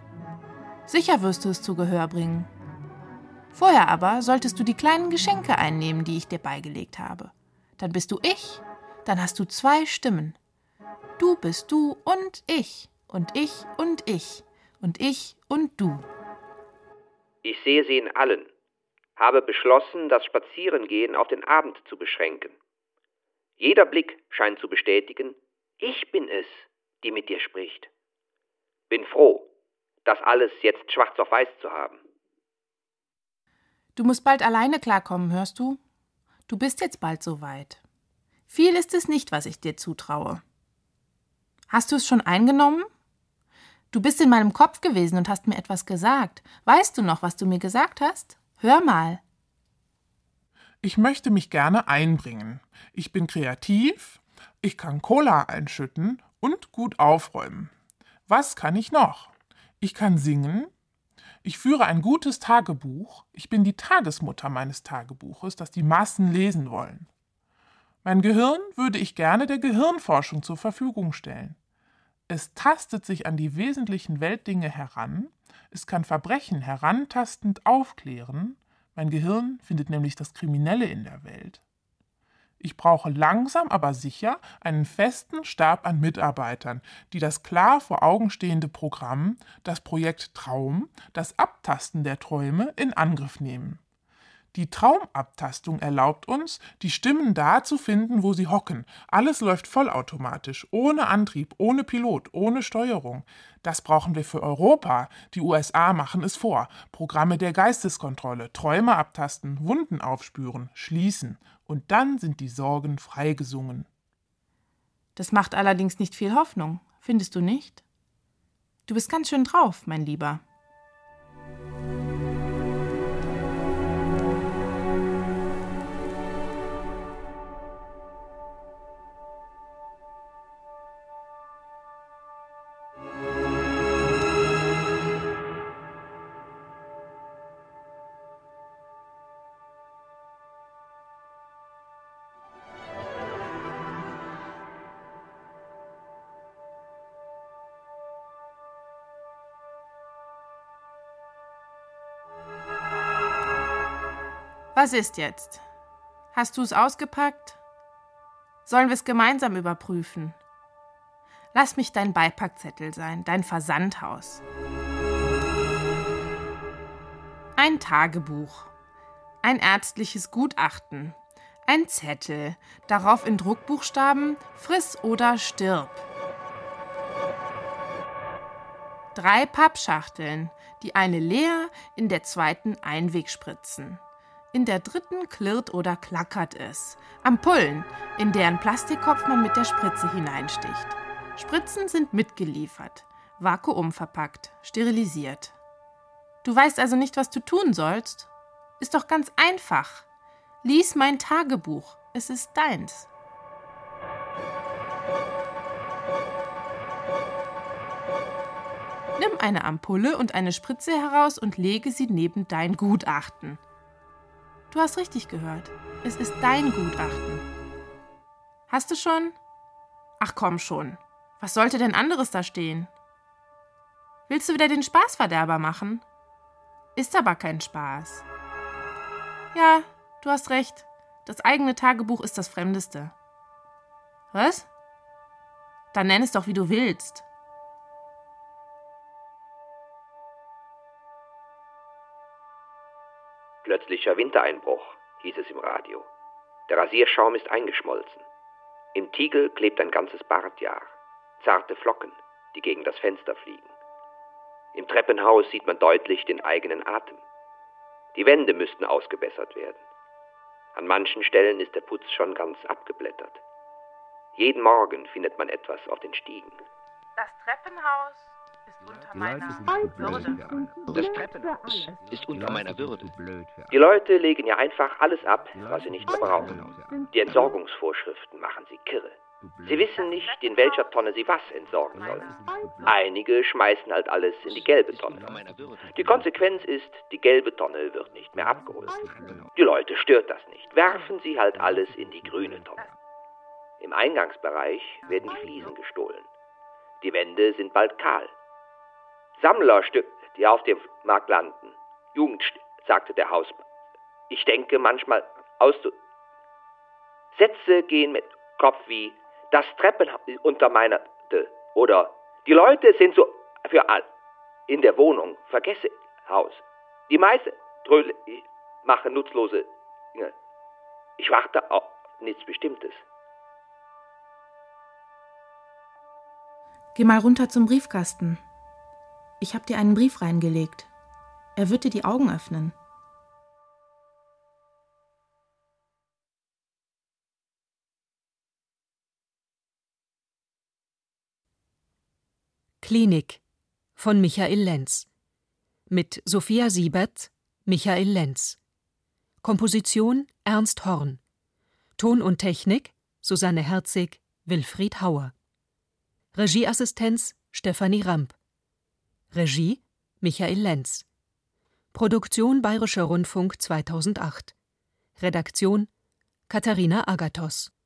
Sicher wirst du es zu Gehör bringen. Vorher aber solltest du die kleinen Geschenke einnehmen, die ich dir beigelegt habe. Dann bist du ich. Dann hast du 2 Stimmen. Du bist du und ich. Und ich und ich. Und ich und du. Ich sehe sie in allen. Habe beschlossen, das Spazierengehen auf den Abend zu beschränken. Jeder Blick scheint zu bestätigen, ich bin es, die mit dir spricht. Bin froh, das alles jetzt schwarz auf weiß zu haben. Du musst bald alleine klarkommen, hörst du? Du bist jetzt bald so weit. Viel ist es nicht, was ich dir zutraue. Hast du es schon eingenommen? Du bist in meinem Kopf gewesen und hast mir etwas gesagt. Weißt du noch, was du mir gesagt hast? Hör mal. Ich möchte mich gerne einbringen. Ich bin kreativ, ich kann Cola einschütten und gut aufräumen. Was kann ich noch? Ich kann singen. Ich führe ein gutes Tagebuch. Ich bin die Tagesmutter meines Tagebuches, das die Massen lesen wollen. Mein Gehirn würde ich gerne der Gehirnforschung zur Verfügung stellen. Es tastet sich an die wesentlichen Weltdinge heran. Es kann Verbrechen herantastend aufklären. Mein Gehirn findet nämlich das Kriminelle in der Welt. Ich brauche langsam, aber sicher einen festen Stab an Mitarbeitern, die das klar vor Augen stehende Programm, das Projekt Traum, das Abtasten der Träume in Angriff nehmen. Die Traumabtastung erlaubt uns, die Stimmen da zu finden, wo sie hocken. Alles läuft vollautomatisch, ohne Antrieb, ohne Pilot, ohne Steuerung. Das brauchen wir für Europa. Die USA machen es vor. Programme der Geisteskontrolle, Träume abtasten, Wunden aufspüren, schließen. Und dann sind die Sorgen freigesungen. Das macht allerdings nicht viel Hoffnung, findest du nicht? Du bist ganz schön drauf, mein Lieber. Was ist jetzt? Hast du es ausgepackt? Sollen wir es gemeinsam überprüfen? Lass mich dein Beipackzettel sein, dein Versandhaus. Ein Tagebuch, ein ärztliches Gutachten, ein Zettel, darauf in Druckbuchstaben »Friss oder stirb«. 3 Pappschachteln, die eine leer, in der zweiten Einwegspritzen. In der dritten klirrt oder klackert es. Ampullen, in deren Plastikkopf man mit der Spritze hineinsticht. Spritzen sind mitgeliefert, vakuumverpackt, sterilisiert. Du weißt also nicht, was du tun sollst? Ist doch ganz einfach. Lies mein Tagebuch, es ist deins. Nimm eine Ampulle und eine Spritze heraus und lege sie neben dein Gutachten. Du hast richtig gehört. Es ist dein Gutachten. Hast du schon? Ach komm schon. Was sollte denn anderes da stehen? Willst du wieder den Spaßverderber machen? Ist aber kein Spaß. Ja, du hast recht. Das eigene Tagebuch ist das Fremdeste. Was? Dann nenn es doch, wie du willst. Plötzlicher Wintereinbruch, hieß es im Radio. Der Rasierschaum ist eingeschmolzen. Im Tiegel klebt ein ganzes Bartjahr. Zarte Flocken, die gegen das Fenster fliegen. Im Treppenhaus sieht man deutlich den eigenen Atem. Die Wände müssten ausgebessert werden. An manchen Stellen ist der Putz schon ganz abgeblättert. Jeden Morgen findet man etwas auf den Stiegen. Das Treppenhaus ist unter meiner Würde. Das Treppenhaus ist unter meiner Würde. Die Leute legen ja einfach alles ab, was sie nicht mehr brauchen. Die Entsorgungsvorschriften machen sie kirre. Sie wissen nicht, in welcher Tonne sie was entsorgen sollen. Einige schmeißen halt alles in die gelbe Tonne. Die Konsequenz ist, die gelbe Tonne wird nicht mehr abgeholt. Die Leute stört das nicht. Werfen sie halt alles in die grüne Tonne. Im Eingangsbereich werden die Fliesen gestohlen. Die Wände sind bald kahl. Sammlerstücke, die auf dem Markt landen. Jugend, sagte der Hausmann. Ich denke manchmal Sätze gehen mit Kopf wie das Treppenhaus unter meiner oder die Leute sind so für all. In der Wohnung vergesse Haus. Die meisten Tröle machen nutzlose Dinge. Ich warte auf nichts Bestimmtes. Geh mal runter zum Briefkasten. Ich habe dir einen Brief reingelegt. Er wird dir die Augen öffnen. Klinik von Michael Lenz. Mit Sophia Siebert, Michael Lenz. Komposition Ernst Horn. Ton und Technik Susanne Herzig, Wilfried Hauer. Regieassistenz Stefanie Ramp. Regie Michael Lenz. Produktion Bayerischer Rundfunk 2008. Redaktion Katharina Agathos.